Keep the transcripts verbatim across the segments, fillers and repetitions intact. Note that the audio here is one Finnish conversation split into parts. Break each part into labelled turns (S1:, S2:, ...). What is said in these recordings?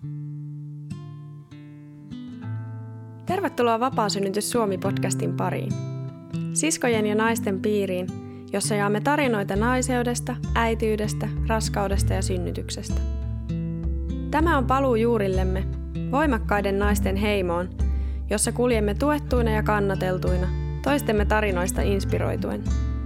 S1: Tervetuloa Vapaasynnytys Suomi-podcastin pariin. Siskojen ja naisten piiriin, jossa jaamme tarinoita naiseudesta, äitiydestä, raskaudesta ja synnytyksestä. Tämä on paluu juurillemme, voimakkaiden naisten heimoon, jossa kuljemme tuettuina ja kannateltuina, toistemme tarinoista inspiroituen.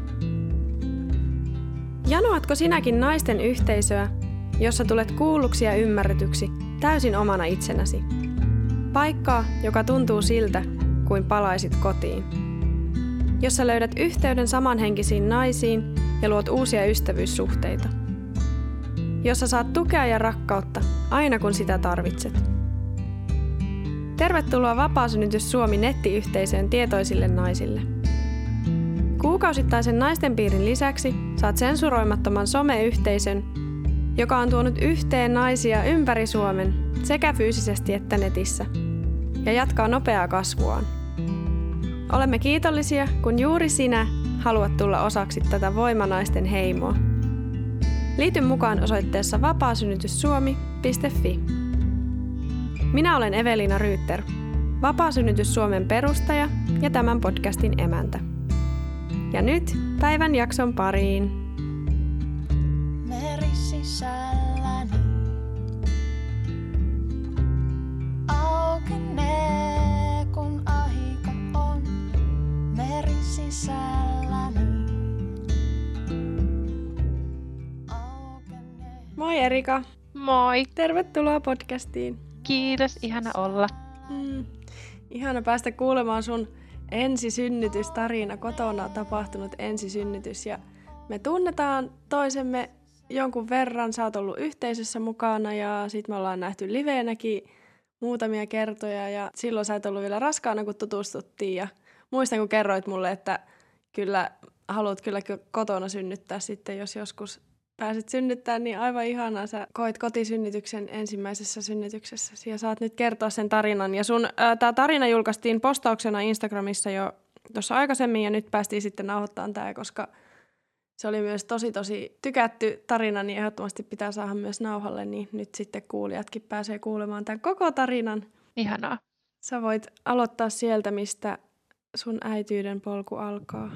S1: Janoatko sinäkin naisten yhteisöä, jossa tulet kuulluksi ja ymmärretyksi täysin omana itsenäsi? Paikkaa, joka tuntuu siltä, kuin palaisit kotiin. Jossa löydät yhteyden samanhenkisiin naisiin ja luot uusia ystävyyssuhteita. Jossa saat tukea ja rakkautta aina kun sitä tarvitset. Tervetuloa Vapaasynnytys Suomi nettiyhteisöön tietoisille naisille. Kuukausittaisen naistenpiirin lisäksi saat sensuroimattoman someyhteisön, joka on tuonut yhteen naisia ympäri Suomen sekä fyysisesti että netissä ja jatkaa nopeaa kasvuaan. Olemme kiitollisia, kun juuri sinä haluat tulla osaksi tätä voimanaisten heimoa. Liity mukaan osoitteessa vapaasynnytyssuomi piste fi. Minä olen Evelina Ryytter, Vapaasynnytys Suomen perustaja ja tämän podcastin emäntä. Ja nyt päivän jakson pariin.
S2: Merisisälläni aukenee, kun aika on merisisälläni aukenee.
S1: Moi Erika.
S3: Moi.
S1: Tervetuloa podcastiin.
S3: Kiitos, ihana olla.
S1: Mm. Ihana päästä kuulemaan sun ensisynnytystarina, kotona tapahtunut ensisynnytys. Ja me tunnetaan toisemme jonkun verran, sä oot ollut yhteisössä mukana ja sit me ollaan nähty liveenäkin muutamia kertoja. Ja silloin sä et ollut vielä raskaana, kun tutustuttiin. Ja muistan, kun kerroit mulle, että kyllä haluat kyllä kotona synnyttää sitten, jos joskus pääsit synnyttämään, niin aivan ihanaa. Sä koit kotisynnytyksen ensimmäisessä synnytyksessä ja saat nyt kertoa sen tarinan. Ja sun ää, tää tarina julkaistiin postauksena Instagramissa jo tuossa aikaisemmin ja nyt päästiin sitten nauhoittamaan tää, koska se oli myös tosi tosi tykätty tarina, niin ehdottomasti pitää saada myös nauhalle, niin nyt sitten kuulijatkin pääsee kuulemaan tämän koko tarinan.
S3: Ihanaa.
S1: Sä voit aloittaa sieltä, mistä sun äitiyden polku alkaa.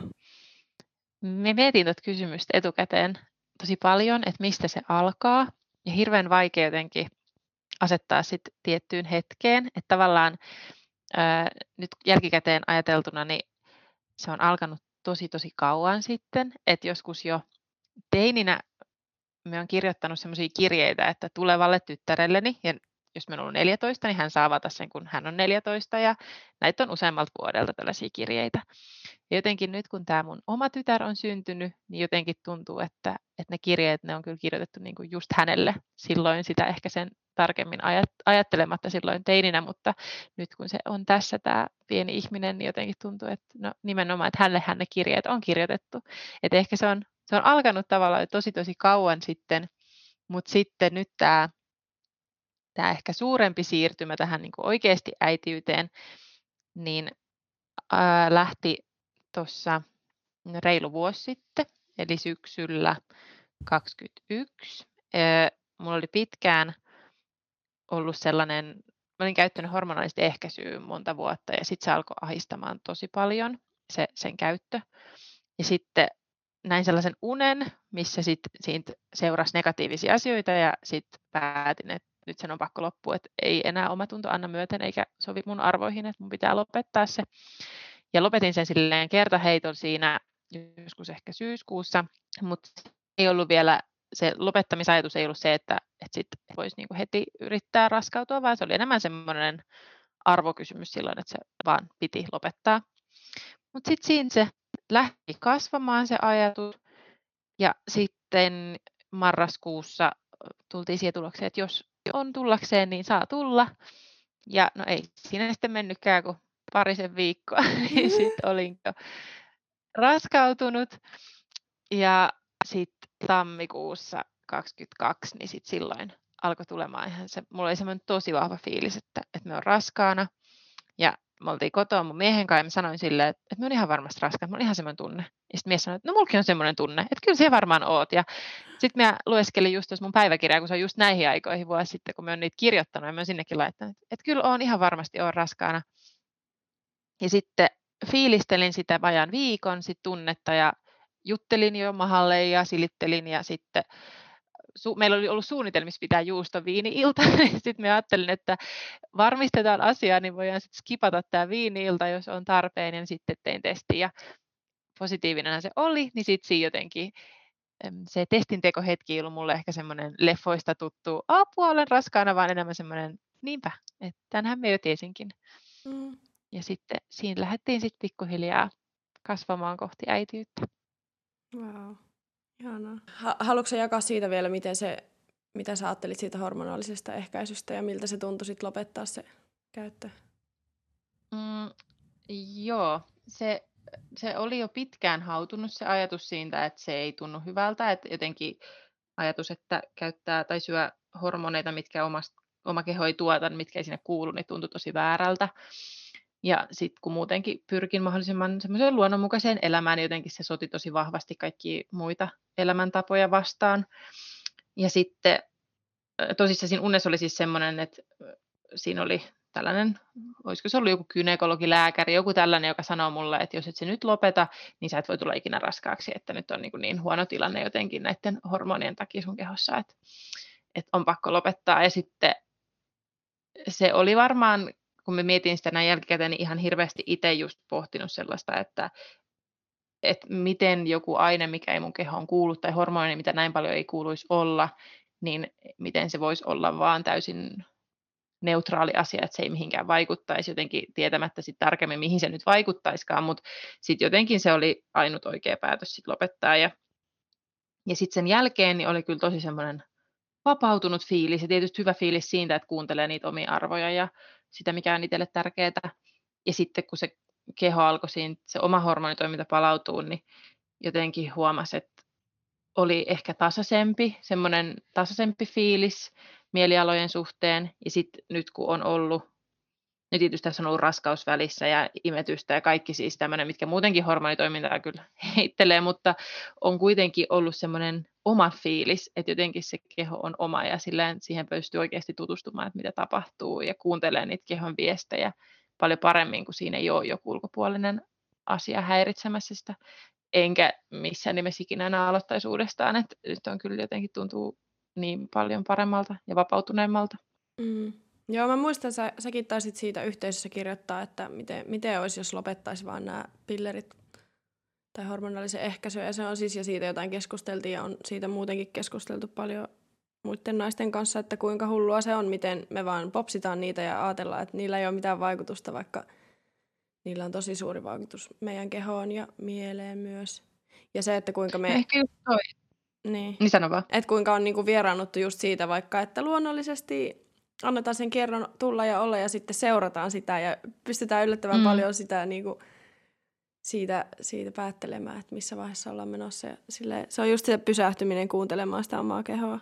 S3: Me mietin tuota kysymystä etukäteen tosi paljon, että mistä se alkaa. Ja hirveän vaikea jotenkin asettaa sit tiettyyn hetkeen. Että tavallaan ää, nyt jälkikäteen ajateltuna, niin se on alkanut tosi tosi kauan sitten. Että joskus jo teininä me on kirjoittanut sellaisia kirjeitä, että tulevalle tyttärelleni, ja jos minä olen neljätoista, niin hän saa avata sen, kun hän on neljätoista, ja näitä on useammalta vuodelta tällaisia kirjeitä. Ja jotenkin nyt, kun tämä mun oma tytär on syntynyt, niin jotenkin tuntuu, että, että ne kirjeet, ne on kyllä kirjoitettu niin kuin just hänelle silloin sitä ehkä sen tarkemmin ajattelematta silloin teininä, mutta nyt kun se on tässä tämä pieni ihminen, niin jotenkin tuntuu, että no, nimenomaan, että hänelle hän ne kirjeet on kirjoitettu. Että ehkä se on, se on alkanut tavallaan tosi tosi kauan sitten, mutta sitten nyt tämä tämä ehkä suurempi siirtymä tähän niin kuin oikeasti äitiyteen, niin ää, lähti tuossa reilu vuosi sitten, eli syksyllä kaksikymmentäyksi. Ää, mulla oli pitkään ollut sellainen, mä olin käyttänyt hormonaalista ehkäisyä monta vuotta, ja sitten se alkoi ahdistamaan tosi paljon, se, sen käyttö. Ja sitten näin sellaisen unen, missä sitten siitä seurasi negatiivisia asioita, ja sitten päätin, että nyt sen on pakko loppua, että ei enää omatunto anna myöten eikä sovi mun arvoihin, että mun pitää lopettaa se. Ja lopetin sen silleen kertaheiton siinä joskus ehkä syyskuussa, mutta ei ollut vielä, se lopettamisajatus ei ollut se, että, että sit voisi niinku heti yrittää raskautua, vaan se oli enemmän semmoinen arvokysymys silloin, että se vaan piti lopettaa. Mutta sitten siinä se lähti kasvamaan se ajatus, ja sitten marraskuussa tultiin siihen tulokseen, että jos on tullakseen, niin saa tulla. Ja no ei siinä sitten mennytkään kuin parisen viikkoa, niin sitten olin jo raskautunut. Ja sitten tammikuussa kaksikymmentäkaksi, niin sitten silloin alkoi tulemaan ihan se, mulla oli semmoinen tosi vahva fiilis, että, että me on raskaana. Ja me oltiin kotona mun miehen kanssa ja mä sanoin silleen, että, että mä oon ihan varmasti raskaan, mulla on ihan semmoinen tunne. Ja sitten mies sanoi, että no mullakin on semmoinen tunne, että kyllä se varmaan oot. Ja sitten mä lueskelin just tuossa mun päiväkirjaa, kun se on just näihin aikoihin vuosi sitten, kun mä oon niitä kirjoittanut ja mä oon sinnekin laittanut, että kyllä oon ihan varmasti oon raskaana. Ja sitten fiilistelin sitä vajaan viikon sit tunnetta ja juttelin jo mahalle ja silittelin ja sitten su- meillä oli ollut suunnitelmissa pitää juustoviini-ilta. Sitten me ajattelin, että varmistetaan asiaa, niin voidaan sitten skipata tämä viini-ilta, jos on tarpeen. Ja sitten tein testin ja positiivinenhan se oli, niin sitten siinä jotenkin em, se testintekohetki ei ollut mulle ehkä semmoinen leffoista tuttu apua, olen raskaana, vaan enemmän semmoinen, niinpä, että tämänhän me jo tiesinkin.
S1: Mm.
S3: Ja sitten siinä lähdettiin sitten pikkuhiljaa kasvamaan kohti äitiyttä.
S1: Wow. Ihanaa. Ha- haluatko sä jakaa siitä vielä, miten se, mitä sä ajattelit siitä hormonaalisesta ehkäisystä ja miltä se tuntui sit lopettaa se käyttö?
S3: Mm, joo, se, se oli jo pitkään hautunut se ajatus siitä, että se ei tunnu hyvältä, että jotenkin ajatus, että käyttää tai syö hormoneita, mitkä omasta, oma keho ei tuota, mitkä ei sinne kuulu, niin tuntui tosi väärältä. Ja sitten kun muutenkin pyrkin mahdollisimman semmoiseen luonnonmukaiseen elämään, niin jotenkin se soti tosi vahvasti kaikkia muita elämäntapoja vastaan. Ja sitten tosissaan siinä unessa oli siis semmoinen, että siinä oli tällainen, olisiko se ollut joku gynekologi, lääkäri, joku tällainen, joka sanoo mulle, että jos et se nyt lopeta, niin sä et voi tulla ikinä raskaaksi, että nyt on niin, kuin niin huono tilanne jotenkin näiden hormonien takia sun kehossa, että, että on pakko lopettaa. Ja sitten se oli varmaan, kun mä mietin sitä näin jälkikäteen, niin ihan hirveästi itse just pohtinut sellaista, että, että miten joku aine, mikä ei mun kehoon kuulu, tai hormoni, mitä näin paljon ei kuuluisi olla, niin miten se voisi olla vaan täysin neutraali asia, että se ei mihinkään vaikuttaisi jotenkin tietämättä sit tarkemmin, mihin se nyt vaikuttaisikaan, mutta sitten jotenkin se oli ainut oikea päätös sit lopettaa. Ja, ja sitten sen jälkeen niin oli kyllä tosi semmoinen vapautunut fiilis ja tietysti hyvä fiilis siitä, että kuuntelee niitä omia arvoja ja sitä, mikä on itselle tärkeää. Ja sitten kun se keho alkoi siinä, se oma hormonitoiminta palautuu, niin jotenkin huomasi, että oli ehkä tasaisempi, semmoinen tasaisempi fiilis mielialojen suhteen. Ja sitten nyt kun on ollut, nyt tietysti tässä on ollut raskaus välissä ja imetystä ja kaikki siis tämmöinen, mitkä muutenkin hormonitoimintaa kyllä heittelee, mutta on kuitenkin ollut semmoinen oma fiilis, että jotenkin se keho on oma ja silleen siihen pystyy oikeasti tutustumaan, että mitä tapahtuu ja kuuntelee niitä kehon viestejä paljon paremmin, kun siinä ei ole joku ulkopuolinen asia häiritsemässä sitä. Enkä missään nimessä ikinä enää aloittaisi uudestaan, että nyt on kyllä jotenkin tuntuu niin paljon paremmalta ja vapautuneemmalta.
S1: Mm. Joo, mä muistan, sä, säkin taisit siitä yhteisössä kirjoittaa, että miten, miten olisi, jos lopettaisi vaan nämä pillerit tai hormonaalisen ehkäisyä. Ja se on siis, ja siitä jotain keskusteltiin ja on siitä muutenkin keskusteltu paljon muiden naisten kanssa, että kuinka hullua se on, miten me vaan popsitaan niitä ja ajatellaan, että niillä ei ole mitään vaikutusta, vaikka niillä on tosi suuri vaikutus meidän kehoon ja mieleen myös. Ja se, että kuinka me...
S3: Ehkä just toi.
S1: Niin.
S3: Niin sano vaan.
S1: Että kuinka on niinku vieraannuttu just siitä vaikka, että luonnollisesti annetaan sen kierron tulla ja olla ja sitten seurataan sitä ja pystytään yllättävän mm. paljon sitä niinku siitä, siitä päättelemään, että missä vaiheessa ollaan menossa. Ja silleen, se on just se pysähtyminen kuuntelemaan sitä omaa kehoa.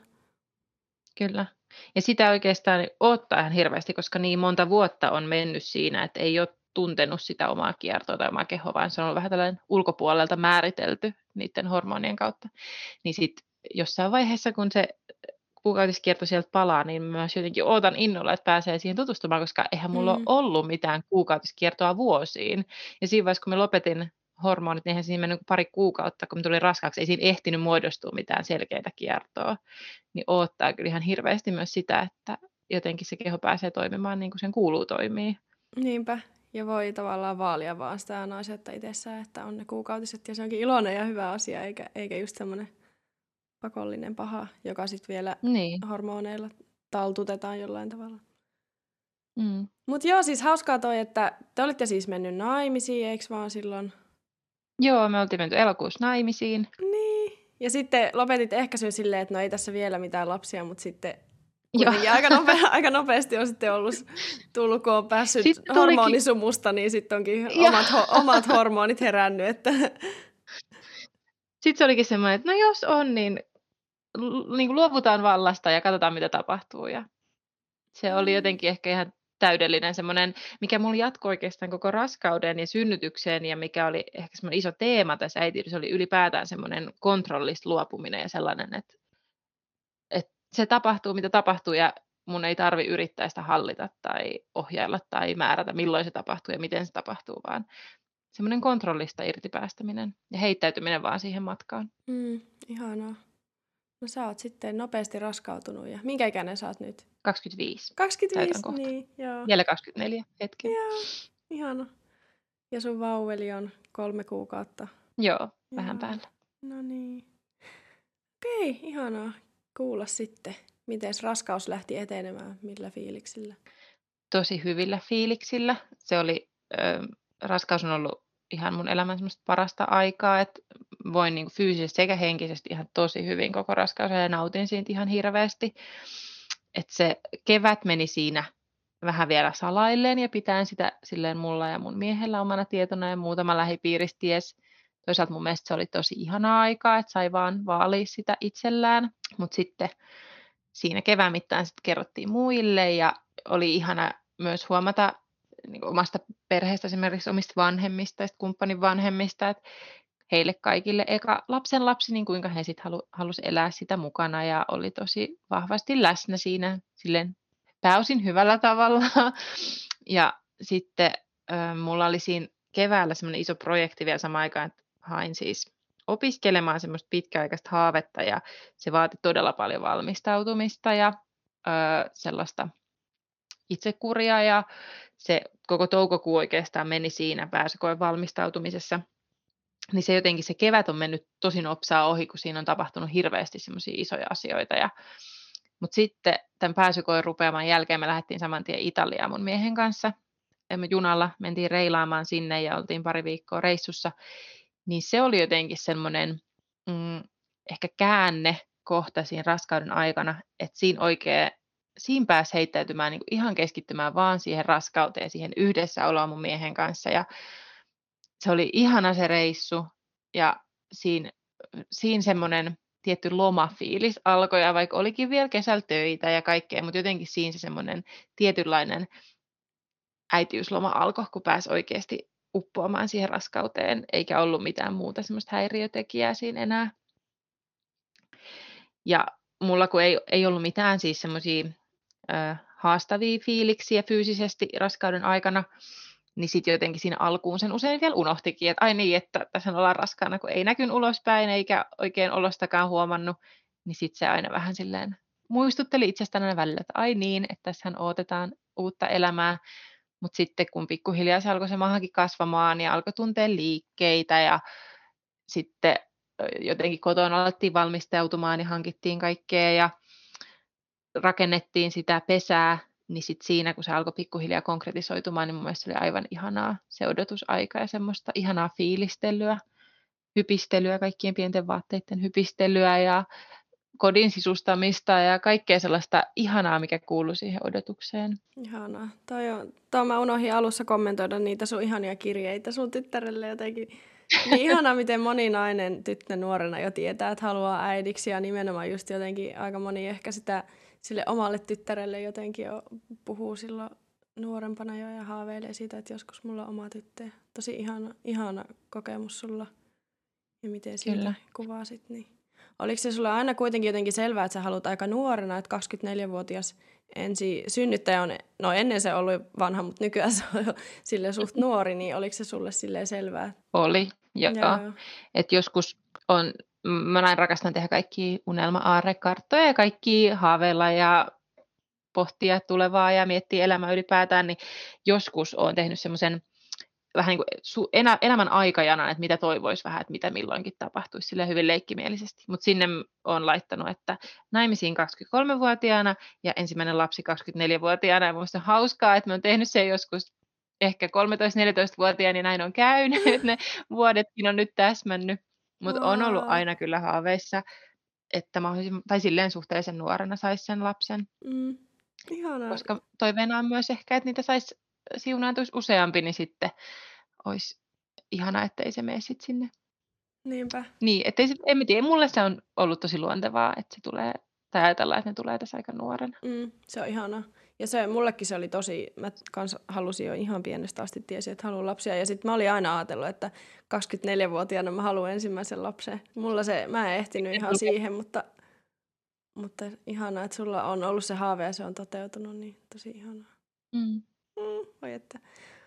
S3: Kyllä. Ja sitä oikeastaan odottaa ihan hirveästi, koska niin monta vuotta on mennyt siinä, että ei ole tuntenut sitä omaa kiertoa tai omaa kehoa, vaan se on ollut vähän tällainen ulkopuolelta määritelty niiden hormonien kautta. Niin sitten jossain vaiheessa, kun se kuukautiskierto sieltä palaa, niin myös jotenkin ootan innolla, että pääsee siihen tutustumaan, koska eihän mulla mm. ole ollut mitään kuukautiskiertoa vuosiin. Ja siinä vaiheessa, kun mä lopetin hormonit, niin eihän siinä mennyt pari kuukautta, kun mä tulin raskaaksi, ei siinä ehtinyt muodostua mitään selkeitä kiertoa. Niin oottaa kyllä ihan hirveästi myös sitä, että jotenkin se keho pääsee toimimaan niin kuin sen kuuluu toimii.
S1: Niinpä. Ja voi tavallaan vaalia vaan sitä naisetta itsessään, että on ne kuukautiset ja se onkin iloinen ja hyvä asia, eikä, eikä just semmoinen pakollinen paha, joka sitten vielä niin. hormoneilla taltutetaan jollain tavalla.
S3: Mm.
S1: Mutta joo, siis hauskaa toi, että te olitte siis mennyt naimisiin, eikö vaan silloin?
S3: Joo, me oltiin menty elokuussa naimisiin.
S1: Niin. Ja sitten lopetit ehkäisyn silleen, että no ei tässä vielä mitään lapsia, mutta sitten kuitenkin aika, nope- aika nopeasti on sitten ollut tullut, kun on päässyt hormonisumusta, niin sitten onkin omat, ho- omat hormonit herännyt. Että...
S3: Sitten se olikin semmoinen, että no jos on, niin, niin luovutaan vallasta ja katsotaan, mitä tapahtuu. Ja se oli jotenkin ehkä ihan täydellinen semmoinen, mikä mulla jatkoi oikeastaan koko raskauden ja synnytykseen ja mikä oli ehkä semmoinen iso teema tässä äitiydessä, oli ylipäätään semmoinen kontrollista luopuminen ja sellainen, että, että se tapahtuu mitä tapahtuu ja mun ei tarvi yrittää sitä hallita tai ohjailla tai määrätä milloin se tapahtuu ja miten se tapahtuu, vaan semmoinen kontrollista irtipäästäminen ja heittäytyminen vaan siihen matkaan.
S1: Mm, ihanaa. No sä oot sitten nopeasti raskautunut ja minkä ikäinen sä oot nyt?
S3: kaksikymmentäviisi.
S1: kaksikymmentäviisi,
S3: Täytän kohta.
S1: niin joo.
S3: Vielä kaksikymmentäneljä hetken.
S1: Joo, ihana. Ja sun vauveli on kolme kuukautta.
S3: Joo, vähän
S1: Joo.
S3: päällä.
S1: No niin. Okei, ihanaa kuulla sitten, miten raskaus lähti etenemään, millä fiiliksillä.
S3: Tosi hyvillä fiiliksillä. Se oli, ö, raskaus on ollut ihan mun elämän semmoista parasta aikaa, että voin niin kuin fyysisesti sekä henkisesti ihan tosi hyvin koko raskaus ja nautin siitä ihan hirveästi. Että se kevät meni siinä vähän vielä salailleen ja pitäen sitä silleen mulla ja mun miehellä omana tietona ja muutama lähipiiristä ties. Toisaalta mun mielestä se oli tosi ihanaa aikaa, että sai vaan vaalia sitä itsellään, mutta sitten siinä kevään mittaan sitten kerrottiin muille ja oli ihana myös huomata niin kuin omasta perheestä, esimerkiksi omista vanhemmista ja kumppanin vanhemmista, että heille kaikille eka lapsen lapsi, niin kuinka he sitten halu, halusi elää sitä mukana ja oli tosi vahvasti läsnä siinä silleen pääosin hyvällä tavalla. Ja sitten äh, mulla oli siinä keväällä semmoinen iso projekti vielä samaan aikaan, että hain siis opiskelemaan semmoista pitkäaikaista haavetta ja se vaati todella paljon valmistautumista ja ö, sellaista itsekuria ja se koko toukokuu oikeastaan meni siinä pääsykoen valmistautumisessa. Niin se jotenkin se kevät on mennyt tosi nopsaa ohi, kun siinä on tapahtunut hirveästi semmoisia isoja asioita. Ja, mutta sitten tämän pääsykoen rupeaman jälkeen me lähdettiin saman tien Italiaan mun miehen kanssa. Ja me junalla mentiin reilaamaan sinne ja oltiin pari viikkoa reissussa. Niin se oli jotenkin semmoinen mm, ehkä käänne kohta siinä raskauden aikana, että siinä oikein, siinä pääsi heittäytymään niin kuin ihan keskittymään vaan siihen raskauteen, siihen yhdessäoloon mun miehen kanssa ja se oli ihana se reissu ja siinä, siinä semmoinen tietty lomafiilis alkoi ja vaikka olikin vielä kesällä töitä ja kaikkea, mutta jotenkin siinä se semmoinen tietynlainen äitiysloma alkoi, kun pääsi oikeasti uppoamaan siihen raskauteen, eikä ollut mitään muuta semmoista häiriötekijää siinä enää. Ja mulla kun ei, ei ollut mitään siis semmoisia haastavia fiiliksiä fyysisesti raskauden aikana, niin sitten jotenkin siinä alkuun sen usein vielä unohtikin, että ai niin, että tässä ollaan raskaana, kun ei näkynyt ulospäin eikä oikein olostakaan huomannut, niin sitten se aina vähän silleen muistutteli itsestään aina välillä, että ai niin, että tässähän odotetaan uutta elämää. Mutta sitten kun pikkuhiljaa se alkoi se mahakin kasvamaan ja alkoi tuntea liikkeitä ja sitten jotenkin kotona alettiin valmistautumaan ja hankittiin kaikkea ja rakennettiin sitä pesää, niin sitten siinä kun se alkoi pikkuhiljaa konkretisoitumaan, niin mun mielestä se oli aivan ihanaa se odotusaika ja semmoista ihanaa fiilistelyä, hypistelyä, kaikkien pienten vaatteiden hypistelyä ja kodin sisustamista ja kaikkea sellaista ihanaa, mikä kuuluu siihen odotukseen.
S1: Ihanaa. Toi on, toi mä unohdin alussa kommentoida niitä sun ihania kirjeitä sun tyttärelle jotenkin. Niin ihanaa, miten moni nainen tyttö nuorena jo tietää, että haluaa äidiksi ja nimenomaan just jotenkin aika moni ehkä sitä sille omalle tyttärelle jotenkin jo puhuu silloin nuorempana jo ja haaveilee siitä, että joskus mulla on oma tyttö. Tosi ihana, ihana kokemus sulla ja miten siitä
S3: Kyllä.
S1: kuvasit. Niin. Oliko se sulla aina kuitenkin jotenkin selvää, että sä haluat aika nuorena, että kaksikymmentäneljävuotias ensi synnyttäjä on, no ennen se ollut vanha, mutta nykyään se on jo sille suht nuori, niin oliko se sulle silleen selvää?
S3: Oli, joo.
S1: Joo.
S3: Että joskus on, mä näin rakastan tehdä kaikki unelma-aarrekarttoja ja kaikki haaveilla ja pohtia tulevaa ja miettiä elämää ylipäätään, niin joskus olen tehnyt semmoisen vähän niin kuin su- enä, elämän aikajanan, että mitä toivoisi vähän, että mitä milloinkin tapahtuisi silleen hyvin leikkimielisesti. Mutta sinne olen laittanut, että naimisiin kaksikymmentäkolmevuotiaana ja ensimmäinen lapsi kaksikymmentäneljävuotiaana. Ja minusta on hauskaa, että mä oon tehnyt sen joskus ehkä kolmetoista-neljätoista-vuotiaana, ja näin on käynyt, että ne vuodetkin on nyt täsmännyt. Mutta on ollut
S1: Wow.
S3: aina kyllä haaveissa, että mahdollisimman, tai silleen suhteellisen nuorena saisi sen lapsen.
S1: Mm. Ihanaa.
S3: Koska toiveena on myös ehkä, että niitä saisi siunaantuisi useampi, niin sitten olisi ihanaa, ettei se mene sitten sinne.
S1: Niinpä.
S3: Niin, ettei se, en mä tiedä, mulle se on ollut tosi luontevaa, että se tulee, tai ajatellaan, että ne tulee tässä aika nuorena.
S1: Mm, se on ihanaa. Ja se, mullekin se oli tosi, mä kans halusin jo ihan pienestä asti, tiesin, että haluan lapsia. Ja sitten mä olin aina ajatellut, että kaksikymmentäneljävuotiaana mä haluan ensimmäisen lapsen. Mulla se, mä en ehtinyt ihan siihen, mutta, mutta ihanaa, että sulla on ollut se haave ja se on toteutunut, niin tosi ihanaa.
S3: Mm.
S1: Mm, voi että.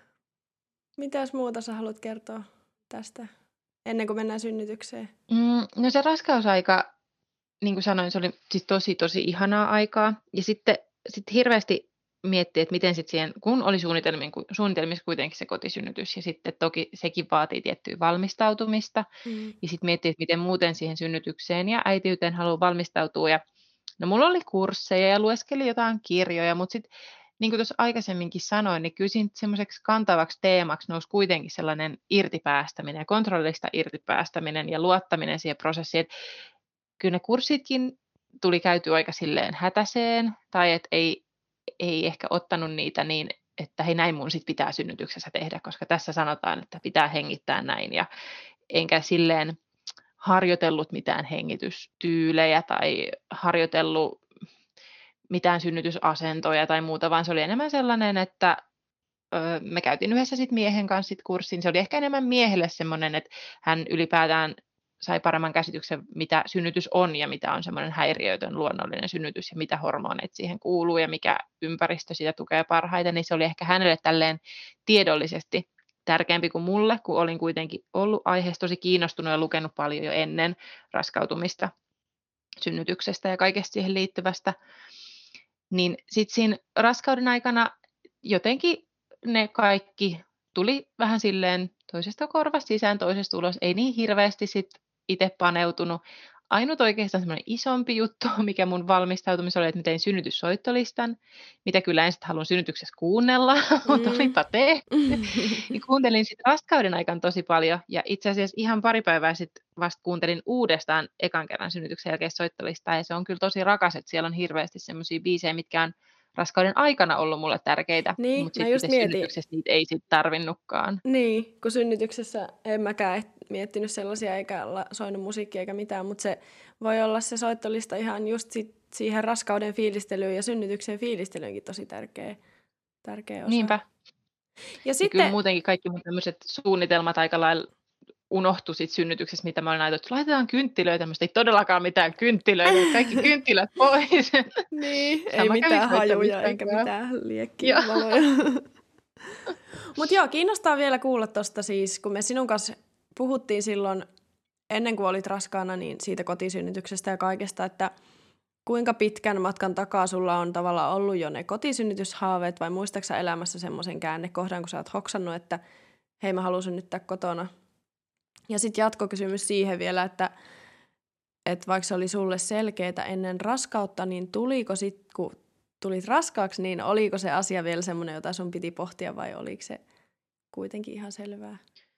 S1: Mitäs muuta sä haluat kertoa tästä, ennen kuin mennään synnytykseen?
S3: Mm, no se raskausaika, niin kuin sanoin, se oli siis tosi, tosi ihanaa aikaa. Ja sitten sit hirveästi miettii, että miten sitten siihen, kun oli suunnitelmissa kuitenkin se kotisynnytys, ja sitten toki sekin vaatii tiettyä valmistautumista.
S1: Mm.
S3: Ja sitten miettii, että miten muuten siihen synnytykseen ja äitiyteen haluaa valmistautua. Ja, no mulla oli kursseja ja lueskelin jotain kirjoja, mutta sitten niin kuin tuossa aikaisemminkin sanoin, niin kyllä siinä semmoiseksi kantavaksi teemaksi nousi kuitenkin sellainen irtipäästäminen ja kontrollista irtipäästäminen ja luottaminen siihen prosessiin. Että kyllä ne kurssitkin tuli käyty aika silleen hätäseen, tai että ei, ei ehkä ottanut niitä niin, että hei näin mun sit pitää synnytyksessä tehdä, koska tässä sanotaan, että pitää hengittää näin. Ja enkä silleen harjoitellut mitään hengitystyylejä tai harjoitellut mitään synnytysasentoja tai muuta, vaan se oli enemmän sellainen, että öö, me käytiin yhdessä sit miehen kanssa sit kurssin. Se oli ehkä enemmän miehelle semmoinen, että hän ylipäätään sai paremman käsityksen, mitä synnytys on ja mitä on semmoinen häiriöitön luonnollinen synnytys ja mitä hormoneet siihen kuuluu ja mikä ympäristö sitä tukee parhaiten, niin se oli ehkä hänelle tälleen tiedollisesti tärkeämpi kuin mulle, kun olin kuitenkin ollut aiheesta tosi kiinnostunut ja lukenut paljon jo ennen raskautumista, synnytyksestä ja kaikesta siihen liittyvästä. Niin sitten siinä raskauden aikana jotenkin ne kaikki tuli vähän silleen toisesta korvasta sisään, toisesta ulos. Ei niin hirveästi sit itse paneutunut. Ainut oikeastaan semmoinen isompi juttu, mikä mun valmistautumissa oli, että mä tein synnytyssoittolistan, mitä kyllä en sitten halua synnytyksessä kuunnella, mutta
S1: Mm.
S3: olipa tehty. Ja kuuntelin sitten raskauden aikana tosi paljon, ja itse asiassa ihan pari päivää sitten vasta kuuntelin uudestaan ekan kerran synnytyksen jälkeen soittolistaa, ja se on kyllä tosi rakas, että siellä on hirveästi semmoisia biisejä, mitkä on raskauden aikana ollut mulle tärkeitä,
S1: Niin,
S3: mutta
S1: mä
S3: sitten
S1: just mietin.
S3: synnytyksessä niitä ei sitten tarvinnutkaan.
S1: Niin, kun synnytyksessä en mäkään et- miettinyt sellaisia eikä la- soinut musiikkia eikä mitään, mutta se voi olla se soittolista ihan just sit siihen raskauden fiilistelyyn ja synnytyksen fiilistelyynkin tosi tärkeä, tärkeä osa.
S3: Niinpä.
S1: Ja
S3: Ja
S1: sitten,
S3: kyllä muutenkin kaikki mun tämmöiset suunnitelmat aika lailla unohtui sit synnytyksessä, mitä mä olin ajatellut, että laitetaan kynttilöitä, tämmöistä ei todellakaan mitään kynttilöitä, kaikki kynttilät pois.
S1: niin, ei
S3: Sama kävi
S1: mitään hajuja
S3: soittolistan
S1: eikä
S3: kanssa.
S1: mitään liekkiä
S3: Joo.
S1: valoja. Mutta joo, kiinnostaa vielä kuulla tosta siis, kun me sinun kanssa puhuttiin silloin, ennen kuin olit raskaana, niin siitä kotisynnytyksestä ja kaikesta, että kuinka pitkän matkan takaa sulla on tavallaan ollut jo ne kotisynnytyshaaveet, vai muistaaksä elämässä semmoisen käännekohdan, kun sä oot hoksannut, että hei mä haluan synnyttää kotona. Ja sitten jatkokysymys siihen vielä, että, että vaikka se oli sulle selkeää ennen raskautta, niin tuliko sitten, kun tulit raskaaksi, niin oliko se asia vielä semmoinen, jota sun piti pohtia, vai oliko se kuitenkin ihan selvää?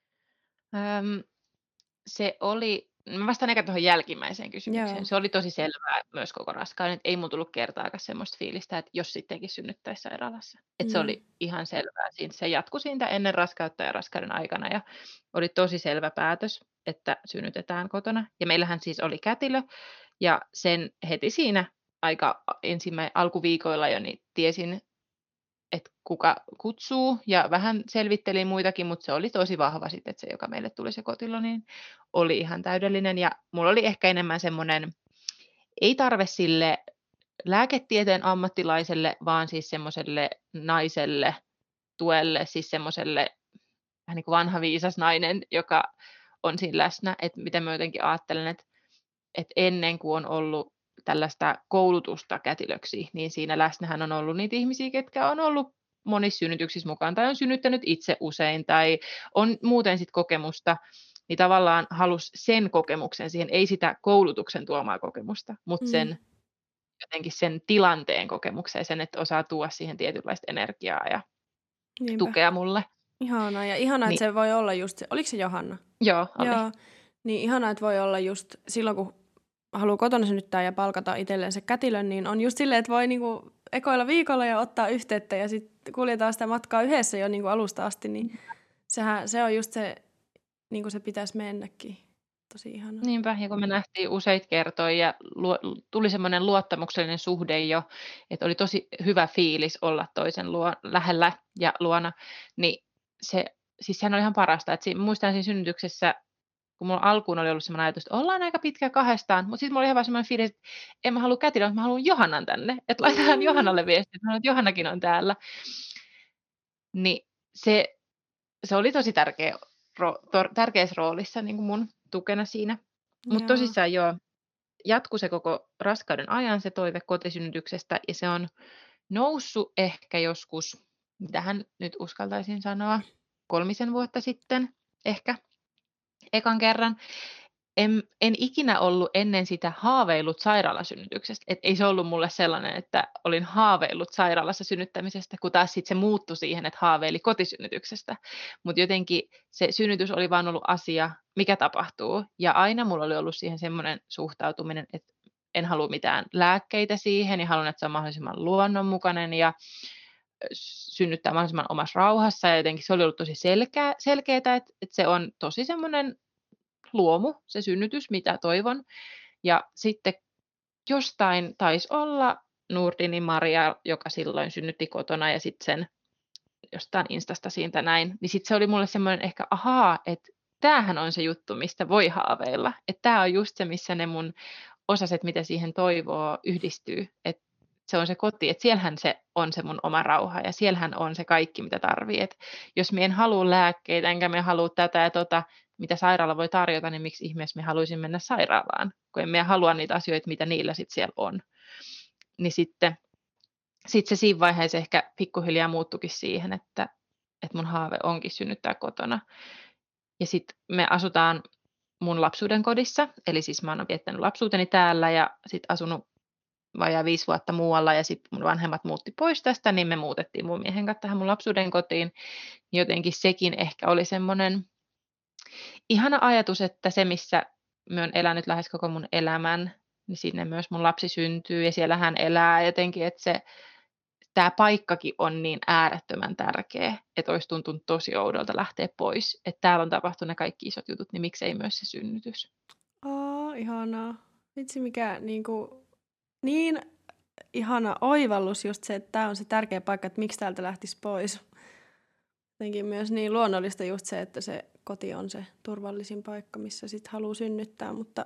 S3: Öm, se oli, mä vastaan eka tuohon jälkimmäiseen
S1: Joo.
S3: kysymykseen. Se oli tosi selvää myös koko raskauden, että ei mun tullut kertaakaan semmoista fiilistä, että jos sittenkin synnyttäisi sairaalassa. Että se
S1: Mm.
S3: oli ihan selvää. Siinä, se jatkui siitä ennen raskautta ja raskauden aikana ja oli tosi selvä päätös, että synnytetään kotona. Ja meillähän siis oli kätilö ja sen heti siinä aika ensimmäinen alkuviikoilla jo niin tiesin, että kuka kutsuu ja vähän selvittelin muitakin, mutta se oli tosi vahva sitten, että se, joka meille tuli se kotilo, niin oli ihan täydellinen ja mulla oli ehkä enemmän semmoinen, ei tarve sille lääketieteen ammattilaiselle, vaan siis semmoiselle naiselle tuelle, siis semmoiselle vähän niin kuin vanha viisas nainen, joka on siinä läsnä, että miten mä jotenkin ajattelen, että, että ennen kuin on ollut tällaista koulutusta kätilöksi, niin siinä läsnähän on ollut niitä ihmisiä, ketkä on ollut monissa synnytyksissä mukaan tai on synnyttänyt itse usein tai on muuten sit kokemusta, niin tavallaan halusi sen kokemuksen siihen, ei sitä koulutuksen tuomaa kokemusta, mutta sen
S1: Mm.
S3: jotenkin sen tilanteen kokemukseen, sen, että osaa tuoda siihen tietynlaista energiaa ja
S1: Niinpä.
S3: tukea mulle.
S1: Ihanaa. Ja ihanaa,
S3: Niin,
S1: että se voi olla just se. Oliko se Johanna?
S3: joo, oli.
S1: Joo. Niin ihanaa, että voi olla just silloin, kun haluaa kotona synnyttää ja palkata itselleen se kätilön, niin on just silleen, että voi niinku ekoilla viikolla ja ottaa yhteyttä ja sitten kuljetaan sitä matkaa yhdessä jo niinku alusta asti, niin sehän, se on just se, niin kuin se pitäisi mennäkin. Tosi ihanaa.
S3: Niinpä, ja kun me nähtiin useita kertoja ja luo, tuli semmoinen luottamuksellinen suhde jo, että oli tosi hyvä fiilis olla toisen luo, lähellä ja luona, niin se, siis sehän oli ihan parasta. Että siinä, muistan siinä synnytyksessä, kun mulla alkuun oli ollut semmoinen ajatus, että ollaan aika pitkä kahdestaan, mutta sitten mulla oli ihan vaan semmoinen fiilis, että en mä halua Kätilöä, mutta mä haluan Johannan tänne, että laitetaan
S1: Mm.
S3: Johannalle viesti, että mä haluan, että Johannakin on täällä. Niin se, se oli tosi tärkeä, ro, tor, tärkeässä roolissa niin kuin mun tukena siinä. Mutta
S1: Joo.
S3: tosissaan joo, jatkui se koko raskauden ajan se toive kotisynnytyksestä ja se on noussut ehkä joskus, mitähän nyt uskaltaisin sanoa, kolmisen vuotta sitten ehkä ekan kerran. En, en ikinä ollut ennen sitä haaveillut sairaalasynnytyksestä. Et ei se ollut mulle sellainen, että olin haaveillut sairaalassa synnyttämisestä, kun taas sitten se muuttui siihen, että haaveili kotisynnytyksestä. Mutta jotenkin se synnytys oli vaan ollut asia, mikä tapahtuu. Ja aina mulla oli ollut siihen semmoinen suhtautuminen, että en halua mitään lääkkeitä siihen ja haluan, että se on mahdollisimman luonnonmukainen ja synnyttää mahdollisimman omassa rauhassa. Ja jotenkin se oli ollut tosi selkeä, selkeää, että, että se on tosi semmoinen luomu, se synnytys, mitä toivon. Ja sitten jostain taisi olla Nurdinin Maria, joka silloin synnytti kotona ja sitten sen jostain Instasta siitä näin, niin sitten se oli mulle semmoinen ehkä ahaa, että tämähän on se juttu, mistä voi haaveilla. Että tämä on just se, missä ne mun osaset, mitä siihen toivoo, yhdistyy. Että se on se koti, että siellähän se on se mun oma rauha ja siellähän on se kaikki, mitä tarvii. Et jos me en halua lääkkeitä, enkä me halua tätä ja tota, mitä sairaala voi tarjota, niin miksi ihmeessä me haluaisin mennä sairaalaan, kun emme halua niitä asioita, mitä niillä sitten siellä on. Niin sitten sit se siinä vaiheessa ehkä pikkuhiljaa muuttukin siihen, että, että mun haave onkin synnyttää kotona. Ja sitten me asutaan mun lapsuuden kodissa, eli siis mä oon viettänyt lapsuuteni täällä ja sitten asunut vajaa viisi vuotta muualla ja sitten mun vanhemmat muutti pois tästä, niin me muutettiin mun miehen kanssa tähän mun lapsuuden kotiin. Jotenkin sekin ehkä oli semmoinen ihana ajatus, että se, missä mä oon elänyt lähes koko mun elämän, niin sinne myös mun lapsi syntyy ja siellä hän elää jotenkin, että se, tämä paikkakin on niin äärettömän tärkeä, että olisi tuntunut tosi oudolta lähteä pois. Että täällä on tapahtunut ne kaikki isot jutut, niin miksei myös se synnytys.
S1: Oh, ihanaa. Vitsi mikä niinku, niin ihana oivallus just se, että tämä on se tärkeä paikka, että miksi täältä lähtisi pois. Jotenkin myös niin luonnollista just se, että se koti on se turvallisin paikka, missä sit haluaa synnyttää, mutta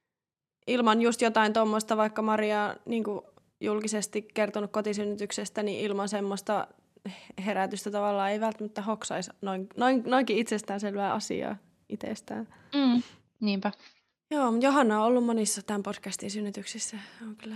S1: ilman just jotain tuommoista, vaikka Maria niin kuin julkisesti kertonut kotisynnytyksestä, niin ilman semmoista herätystä tavallaan ei välttämättä hoksaisi noin, noin, noinkin itsestäänselvää asiaa itsestään.
S3: Mm, niinpä.
S1: Joo, mutta Johanna on ollut monissa tämän podcastin synnytyksissä. On kyllä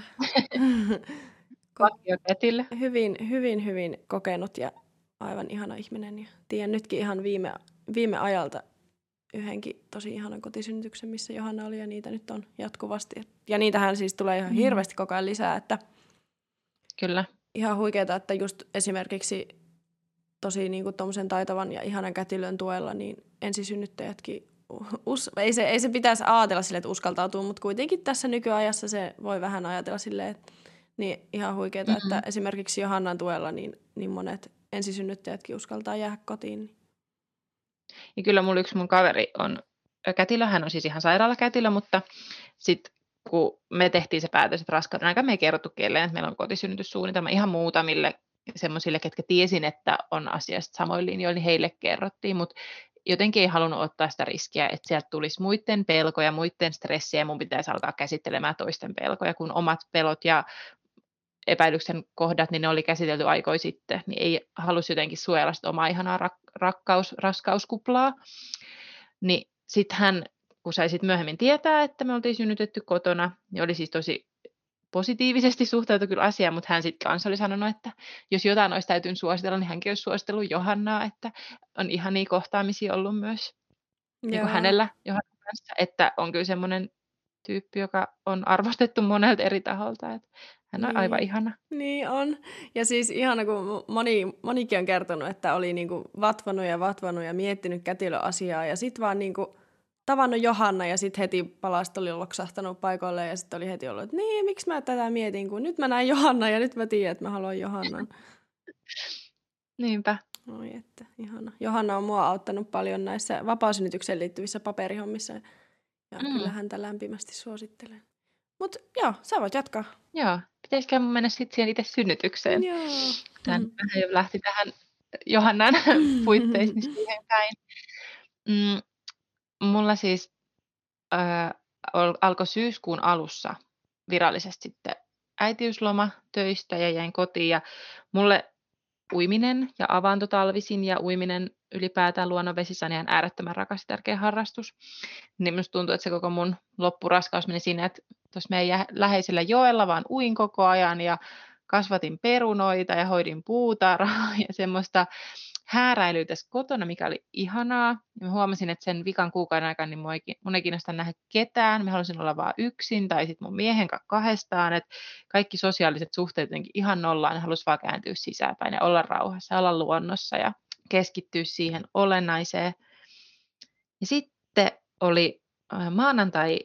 S3: Vakiokätille.
S1: hyvin, hyvin, hyvin kokenut ja aivan ihana ihminen. Ja tiedän nytkin ihan viime, viime ajalta yhdenkin tosi ihanan kotisynnytyksen, missä Johanna oli, ja niitä nyt on jatkuvasti. Ja niitähän siis tulee ihan hirveästi koko ajan lisää, että
S3: Kyllä.
S1: ihan huikeeta, että just esimerkiksi tosi niin kuin tommosen taitavan ja ihanan kätilön tuella, niin ensisynnyttäjätkin, us, ei, se, ei se pitäisi ajatella silleen, että uskaltautuu, mutta kuitenkin tässä nykyajassa se voi vähän ajatella silleen, että niin ihan huikeeta, mm-hmm. että esimerkiksi Johannan tuella niin, niin monet ensisynnyttäjätkin uskaltaa jäädä kotiin.
S3: Ja kyllä mulla yksi mun kaveri on kätilö, hän on siis ihan sairaalakätilö, mutta sitten kun me tehtiin se päätös, että raskauden aika me ei kerrottu kelleen, että meillä on kotisynnytyssuunnitelma ihan muutamille semmoisille, ketkä tiesin, että on asiasta samoin linjoilla, niin heille kerrottiin, mutta jotenkin ei halunnut ottaa sitä riskiä, että sieltä tulisi muiden pelkoja, muiden stressiä ja mun pitäisi alkaa käsittelemään toisten pelkoja, kun omat pelot ja epäilyksen kohdat, niin ne oli käsitelty aikoja sitten, niin ei halusi jotenkin suojella sitä omaa ihanaa rak- rakkaus, raskauskuplaa. Niin sitten hän, kun sai sit myöhemmin tietää, että me oltiin synnytetty kotona, niin oli siis tosi positiivisesti suhtautu kyllä asiaan, mutta hän sitten kanssa oli sanonut, että jos jotain olisi täytynyt suositella, niin hänkin olisi suositellut Johannaa, että on ihania kohtaamisia ollut myös niin kuin hänellä Johannan kanssa, että on kyllä semmoinen tyyppi, joka on arvostettu monelta eri taholta, että hän on
S1: niin.
S3: aivan ihana.
S1: Niin on. Ja siis ihana, kun moni, monikin on kertonut, että oli niinku vatvannut ja vatvannut ja miettinyt kätilöasiaa ja sitten vaan niinku tavannut Johanna ja sitten heti palasta oli loksahtanut paikoille ja sitten oli heti ollut, että niin, miksi mä tätä mietin, kun nyt mä näin Johanna ja nyt mä tiedän, että mä haluan Johannan.
S3: Niinpä.
S1: Oi että, ihana. Johanna on mua auttanut paljon näissä vapaasynnytykseen liittyvissä paperihommissa. Ja
S3: Mm.
S1: kyllä häntä lämpimästi suosittelen. Mutta joo, sä voit jatkaa.
S3: Joo, pitäisikö mun mennä sitten siihen itse synnytykseen?
S1: Joo.
S3: Tämä nyt vähän jo lähti tähän Johannan puitteisiin siihen päin. Mm, mulla siis äh, al- alkoi syyskuun alussa virallisesti sitten äitiysloma töistä ja jäin kotiin. Ja mulle uiminen ja avanto talvisin ja uiminen ylipäätään luonnonvesissä on ihan äärettömän rakas ja tärkeä harrastus. Niin musta tuntuu, että se koko mun loppuraskaus meni siinä, että tuossa meidän jä- läheisellä joella vaan uin koko ajan ja kasvatin perunoita ja hoidin puutarhaa ja semmoista hääräilyä tässä kotona, mikä oli ihanaa. Ja mä huomasin, että sen vikan kuukauden aikana niin mun ei, mun ei kiinnosta nähdä ketään. Mä halusin olla vaan yksin tai sitten mun miehen kanssa kahdestaan. Että kaikki sosiaaliset suhteet jotenkin ihan nollaan. Ne halusi vaan kääntyä sisäänpäin ja olla rauhassa, olla luonnossa ja keskittyä siihen olennaiseen. Ja sitten oli äh, maanantai,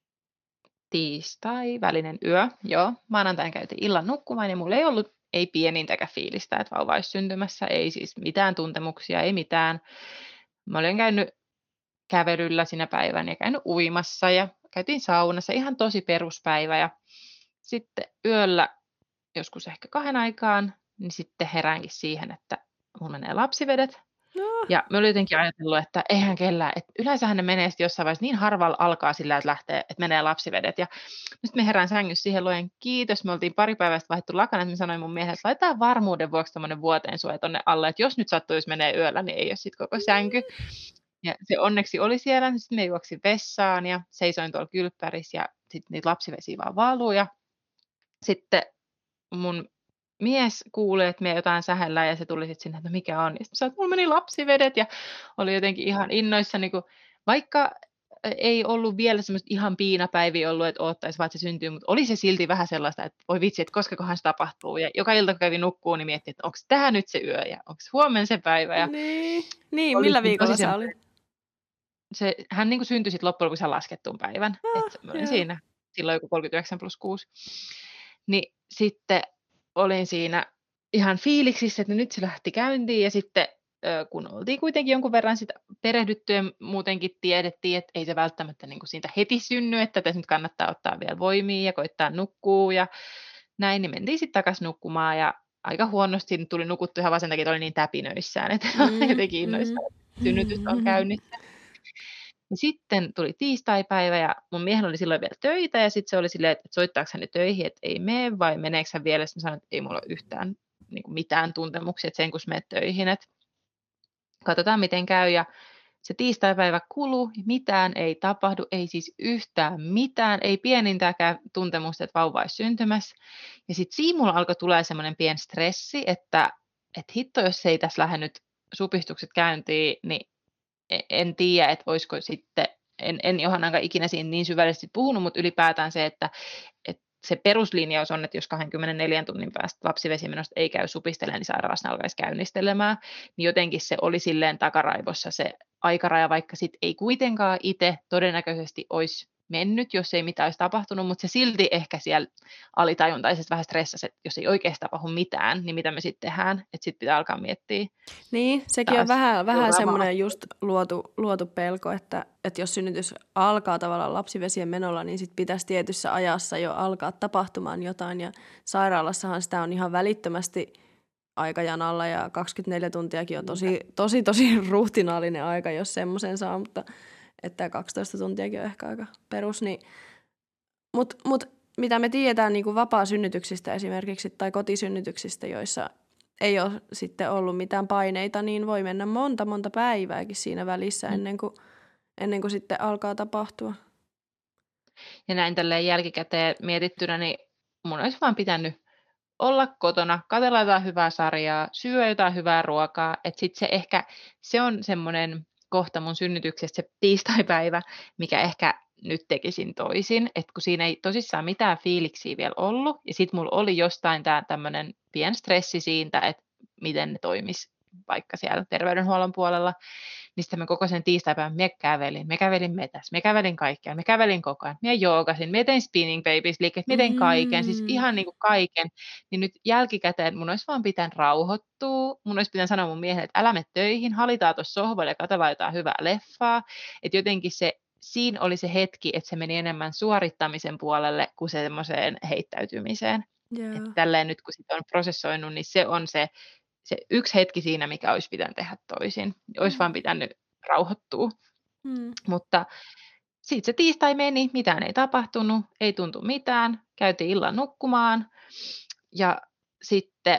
S3: tiistai, välinen yö. Joo, maanantain käytiin illan nukkumaan ja mulla ei ollut ei pienintäkään fiilistä, että vauva olisi syntymässä, ei siis mitään tuntemuksia, ei mitään. Mä olin käynyt kävelyllä sinä päivänä ja käynyt uimassa ja käytiin saunassa, ihan tosi peruspäivä. Ja sitten yöllä, joskus ehkä kahden aikaan, niin sitten heräänkin siihen, että mulla menee lapsivedet.
S1: No,
S3: Ja mä olin jotenkin ajatellut, että eihän kellään, että yleensähän ne menee sitten jossain vaiheessa niin harvalla alkaa sillä, että lähtee, että menee lapsivedet. Ja nyt me herään sängyssä siihen, luojan kiitos, me oltiin pari päivästä vaihdettu lakana, että mä sanoin mun miehelle, että laitetaan varmuuden vuoksi tommonen vuoteen suoja tonne alle, että jos nyt sattuisi menee yöllä, niin ei ole sitten koko sänky. Ja se onneksi oli siellä, niin sitten me juoksin vessaan ja seisoin tuolla kylppärissä ja sitten niitä lapsivesiä vaan valuu. Ja sitten mun mies kuuli, että me jotain sähellään ja se tuli sitten sinne, että no mikä on. Ja sitten sanoin, että mulla meni lapsivedet ja oli jotenkin ihan innoissa, niin kuin, vaikka ei ollut vielä semmoista ihan piinapäiviä ollut, että odottaisi vaan, että se syntyy, mutta oli se silti vähän sellaista, että voi vitsi, että koskakohan se tapahtuu. Ja joka ilta, kun kävi nukkuu, niin mietti, että onko tämä nyt se yö ja onko huomenna se päivä. Ja
S1: niin. Niin,
S3: oli
S1: millä
S3: tosi
S1: viikolla sä
S3: semmoinen-
S1: olit?
S3: se, hän niin kuin syntyi sitten loppujen lopuksi ihan laskettuun päivän.
S1: Ah,
S3: että mä olin
S1: joo.
S3: siinä silloin joku kolmekymmentäyhdeksän plus kuusi. Niin sitten olin siinä ihan fiiliksissä, että nyt se lähti käyntiin ja sitten ö, kun oltiin kuitenkin jonkun verran sitä perehdytty ja muutenkin tiedettiin, että ei se välttämättä niin kuin siitä heti synny, että tässä nyt kannattaa ottaa vielä voimia ja koittaa nukkua ja näin, niin mentiin sitten takaisin nukkumaan ja aika huonosti tuli nukuttu ihan vaan sen takia, että oli niin täpinöissään, että
S1: Mm,
S3: jotenkin innoissaan, että synnytys on käynnissä. Ja sitten tuli tiistaipäivä ja mun miehen oli silloin vielä töitä ja sitten se oli silleen, että soittaako hän nyt töihin, että ei mene vai meneekö hän vielä. Sitten sanoin, että ei mulla ole yhtään niin kuin mitään tuntemuksia, että sen kun menet töihin, että katsotaan miten käy. Ja se tiistaipäivä kuluu, mitään ei tapahdu, ei siis yhtään mitään, ei pienintäkään tuntemusta, että vauva olisi syntymässä. Ja sitten siinä mulla alkoi tulla semmoinen pieni stressi, että, että hitto, jos ei tässä lähde nyt supistukset käyntiin, niin e- en tiedä, että olisiko sitten, en, en Johannan ikinä siinä niin syvällisesti puhunut, mutta ylipäätään se, että, että se peruslinjaus on, että jos kaksikymmentäneljä tunnin päästä lapsivesimenosta ei käy supistelemaan, niin sairaalassa alkaisi käynnistelemään, niin jotenkin se oli silleen takaraivossa se aikaraja, vaikka sitten ei kuitenkaan itse todennäköisesti olisi mennyt, jos ei mitään olisi tapahtunut, mutta se silti ehkä siellä alitajuntaisesti vähän stressasi, että jos ei oikeasti tapahdu mitään, niin mitä me sitten tehdään, että sitten pitää alkaa miettiä.
S1: Niin, sekin on
S3: Taas
S1: vähän, vähän
S3: seuraavaa.
S1: semmoinen just luotu, luotu pelko, että, että jos synnytys alkaa tavallaan lapsivesien menolla, niin sit pitäisi tietyssä ajassa jo alkaa tapahtumaan jotain. Ja sairaalassahan sitä on ihan välittömästi aikajanalla ja kaksikymmentäneljä tuntiakin on tosi, tosi, tosi ruhtinaalinen aika, jos semmoisen saa, mutta että kaksitoista tuntiakin on ehkä aika perus. Niin. Mutta mut, mitä me tiedetään niin kuin vapaa-synnytyksistä esimerkiksi tai kotisynnytyksistä, joissa ei ole sitten ollut mitään paineita, niin voi mennä monta, monta päivääkin siinä välissä ennen kuin, ennen kuin sitten alkaa tapahtua.
S3: Ja näin tälleen jälkikäteen mietittynä, niin mun olisi vaan pitänyt olla kotona, katsella jotain hyvää sarjaa, syödä jotain hyvää ruokaa, että sitten se ehkä, se on semmoinen kohta mun synnytyksestä, se tiistaipäivä, mikä ehkä nyt tekisin toisin, että kun siinä ei tosissaan mitään fiiliksiä vielä ollut, ja sitten mulla oli jostain tää tämmöinen pien stressi siitä, että miten ne toimis vaikka siellä terveydenhuollon puolella, niin sitten mä koko sen tiistaipäivän me kävelin, me kävelin metäs, me kävelin kaikkea, me kävelin koko ajan, me joogasin, me tein spinning babies liikkeet, me tein kaiken, siis
S1: Mm.
S3: ihan niin kuin kaiken, niin nyt jälkikäteen mun olisi vaan pitänyt rauhoittua, mun olisi pitänyt sanoa mun miehelle, että älä mene töihin, halitaan tuossa sohvalle ja katsotaan jotain hyvää leffaa, että jotenkin se siinä oli se hetki, että se meni enemmän suorittamisen puolelle kuin semmoiseen heittäytymiseen.
S1: Joo.
S3: Että tälleen nyt kun sitä on prosessoinut, niin se on se, se yksi hetki siinä, mikä olisi pitänyt tehdä toisin. Olisi
S1: Mm.
S3: vaan pitänyt rauhoittua.
S1: Mm.
S3: Mutta sitten se tiistai meni, mitään ei tapahtunut, ei tuntu mitään. Käytiin illan nukkumaan ja sitten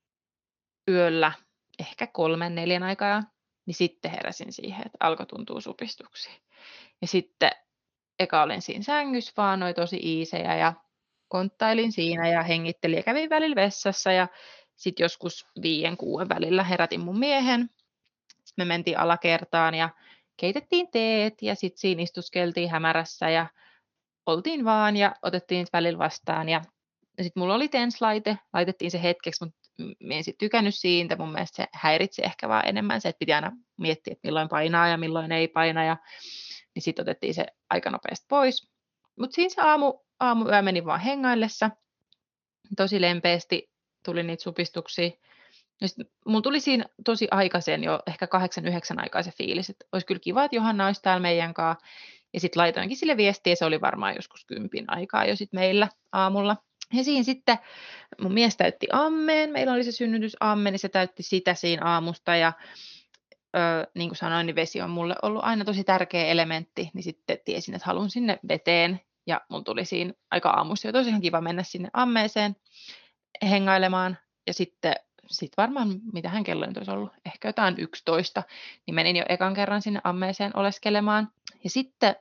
S3: yöllä ehkä kolmen, neljän aikaa, niin sitten heräsin siihen, että alkoi tuntua supistuksia. Ja sitten eka olin siinä sängyssä vaan, noi tosi iisejä ja konttailin siinä ja hengittelin ja kävin välillä vessassa ja sitten joskus viien kuuden välillä herätin mun miehen. Sitten me mentiin alakertaan ja keitettiin teet ja sitten siinä istuskeltiin hämärässä ja oltiin vaan ja otettiin välillä vastaan. Ja sitten mulla oli TENS-laite, laitettiin se hetkeksi, mutta mä en sitten tykännyt siitä. Mun mielestä se häiritsi ehkä vaan enemmän se, että piti aina miettiä, että milloin painaa ja milloin ei paina. Ja, niin sitten otettiin se aika nopeasti pois. Mutta siinä se aamu, aamuyö meni vaan hengaillessa. Tosi lempeästi tuli niitä supistuksia. Ja sit mulla tuli siinä tosi aikaisen jo, ehkä kahdeksan, yhdeksän aikaa se fiilis, että olisi kyllä kiva, että Johanna olisi täällä meidän kanssa. Ja sitten laitoinkin sille viestiä, se oli varmaan joskus kympin aikaa jo sitten meillä aamulla. Ja siinä sitten mun mies täytti ammeen, meillä oli se synnytysamme, niin se täytti sitä siinä aamusta. Ja ö, niin kuin sanoin, niin vesi on mulle ollut aina tosi tärkeä elementti, niin sitten tiesin, että haluan sinne veteen. Ja mun tuli siinä aika aamussa jo tosiaan kiva mennä sinne ammeeseen hengailemaan. Ja sitten sit varmaan, mitähän kello nyt olisi ollut, ehkä jotain yksitoista, niin menin jo ekan kerran sinne ammeeseen oleskelemaan. Ja sitten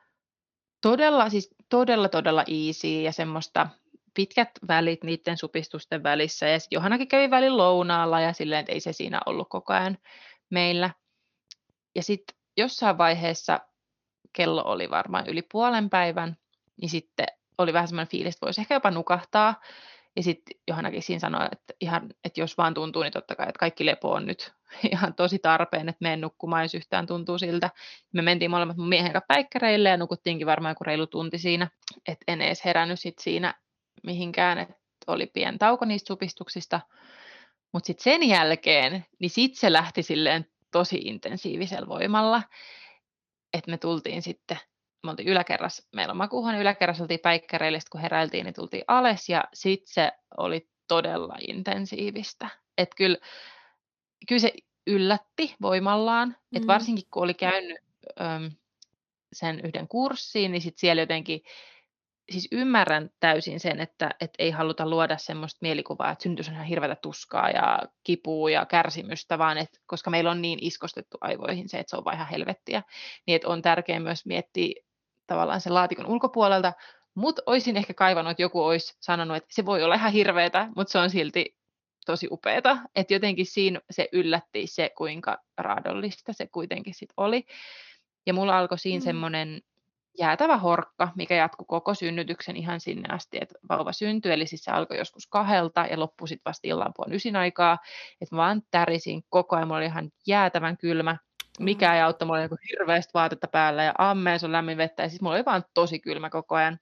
S3: todella, siis todella, todella easy ja semmoista pitkät välit niiden supistusten välissä. Ja sitten Johannakin kävi välillä lounaalla ja silleen, että ei se siinä ollut koko ajan meillä. Ja sitten jossain vaiheessa kello oli varmaan yli puolen päivän, niin sitten oli vähän semmoinen fiilis, että voisi ehkä jopa nukahtaa. Ja sitten Johannakin siinä sanoi, että, ihan, että jos vaan tuntuu, niin totta kai, että kaikki lepo on nyt ihan tosi tarpeen, että menen nukkumaan, jos yhtään tuntuu siltä. Me mentiin molemmat mun miehen kanssa päikkäreille ja nukuttiinkin varmaan joku reilu tunti siinä, että en edes herännyt sit siinä mihinkään, että oli pieni tauko niistä supistuksista. Mutta sitten sen jälkeen, niin sitten se lähti silleen tosi intensiivisellä voimalla, että me tultiin sitten, me oltiin yläkerrassa, meillä on makuuhuone yläkerrassa, oltiin päikkäreille, sitten kun heräiltiin, niin tultiin alas ja sitten se oli todella intensiivistä. Että kyllä, kyllä se yllätti voimallaan, mm. että varsinkin kun oli käynyt äm, sen yhden kurssiin, niin sitten siellä jotenkin, siis ymmärrän täysin sen, että, että ei haluta luoda semmoista mielikuvaa, että synnytys on ihan hirveätä tuskaa ja kipua ja kärsimystä, vaan että koska meillä on niin iskostettu aivoihin se, että se on vaan ihan helvettiä, niin että on tärkeää myös miettiä tavallaan sen laatikon ulkopuolelta, mutta olisin ehkä kaivannut, että joku olisi sanonut, että se voi olla ihan hirveätä, mutta se on silti tosi upeata, että jotenkin siinä se yllätti se, kuinka raadollista se kuitenkin sitten oli. Ja mulla alkoi siinä mm. semmoinen jäätävä horkka, mikä jatkui koko synnytyksen ihan sinne asti, että vauva syntyi, eli siis se alkoi joskus kahdelta ja loppui sitten vasta illan puolen ysin aikaa, että mä vaan tärisin koko ajan, mulla oli ihan jäätävän kylmä, mikä ei auttoi, mulla oli joku hirveästi vaatetta päällä ja ammeessa on lämmin vettä ja siis mulla oli vaan tosi kylmä koko ajan.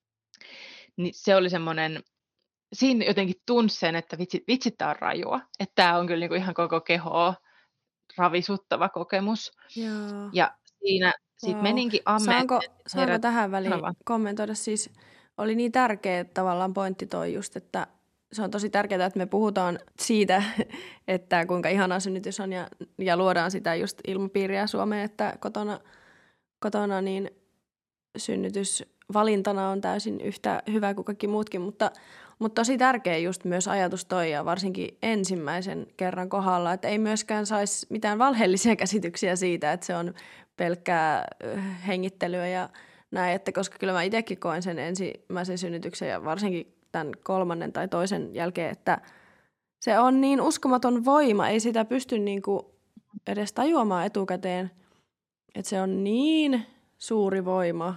S3: Niin se oli semmoinen, siinä jotenkin tunsi sen, että vitsit, vitsit tää on rajua, että tää on kyllä niinku ihan koko kehoa ravisuttava kokemus.
S1: Joo.
S3: Ja siinä sitten wow. meninkin ammeeseen.
S1: Saanko, saanko tähän väliin kommentoida? Siis oli niin tärkeä tavallaan pointti toi just, että se on tosi tärkeää, että me puhutaan siitä, että kuinka ihana synnytys on ja, ja luodaan sitä just ilmapiiriä Suomeen, että kotona, kotona niin synnytys valintana on täysin yhtä hyvä kuin kaikki muutkin, mutta, mutta tosi tärkeä just myös ajatus toi ja varsinkin ensimmäisen kerran kohdalla, että ei myöskään saisi mitään valheellisia käsityksiä siitä, että se on pelkkää hengittelyä ja näin, että koska kyllä mä itsekin koen sen ensimmäisen synnytyksen ja varsinkin tämän kolmannen tai toisen jälkeen, että se on niin uskomaton voima, ei sitä pysty niinku edes tajuamaan etukäteen, että se on niin suuri voima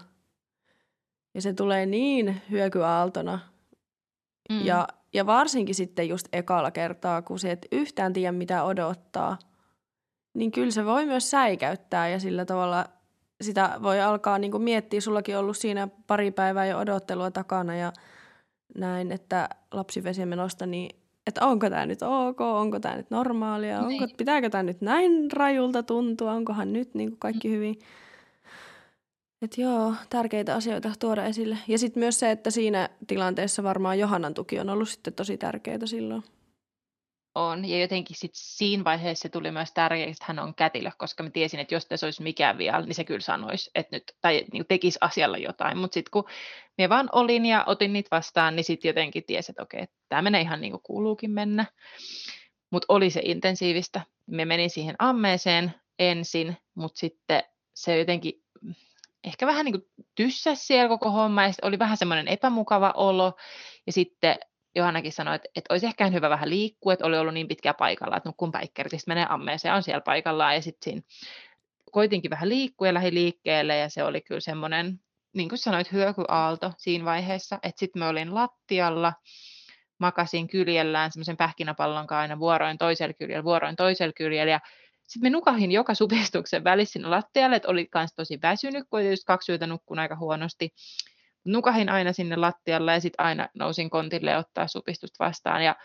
S1: ja se tulee niin hyökyaaltona mm. ja, ja varsinkin sitten just ekalla kertaa, kun se et yhtään tiedä mitä odottaa, niin kyllä se voi myös säikäyttää ja sillä tavalla sitä voi alkaa niinku miettiä, sullakin on ollut siinä pari päivää jo odottelua takana ja näin, että lapsivesimenosta, niin että onko tämä nyt ok, onko tämä nyt normaalia, onko, niin. pitääkö tämä nyt näin rajulta tuntua, onkohan nyt niin kuin kaikki hyvin. Et joo, tärkeitä asioita tuoda esille. Ja sitten myös se, että siinä tilanteessa varmaan Johannan tuki on ollut sitten tosi tärkeää silloin.
S3: On. Ja jotenkin sit siinä vaiheessa se tuli myös tärkeäksi, että hän on kätilö, koska mä tiesin, että jos tässä olisi mikään vielä, niin se kyllä sanoisi, että nyt, tai niin tekisi asialla jotain. Mutta sitten kun mä vaan olin ja otin niitä vastaan, niin sitten jotenkin tiesi, että okei, tämä menee ihan niin kuin kuuluukin mennä. Mutta oli se intensiivistä. Me menin siihen ammeeseen ensin, mutta sitten se jotenkin ehkä vähän niin kuin tyssäsi siellä koko homma, ja oli vähän semmoinen epämukava olo, ja sitten Johannakin sanoi, että, että olisi ehkä hyvä vähän liikkua, että oli ollut niin pitkään paikalla, että nukkun päikkärit, menee ammeeseen, on siellä paikallaan, ja sitten siinä koitinkin vähän liikkua ja lähdin liikkeelle, ja se oli kyllä semmoinen, niin kuin sanoit, hyökyaalto siinä vaiheessa, että sitten mä olin lattialla, makasin kyljellään semmoisen pähkinäpallon kanssa aina vuoroin toisella kyljellä, vuoroin toisella kyljellä, ja sitten me nukahin joka supistuksen välissä sinne lattialle, että oli myös tosi väsynyt, kun tietysti kaksi yötä nukkun aika huonosti. Nukahin aina sinne lattialle ja sitten aina nousin kontille ja ottaa supistusta vastaan. Ja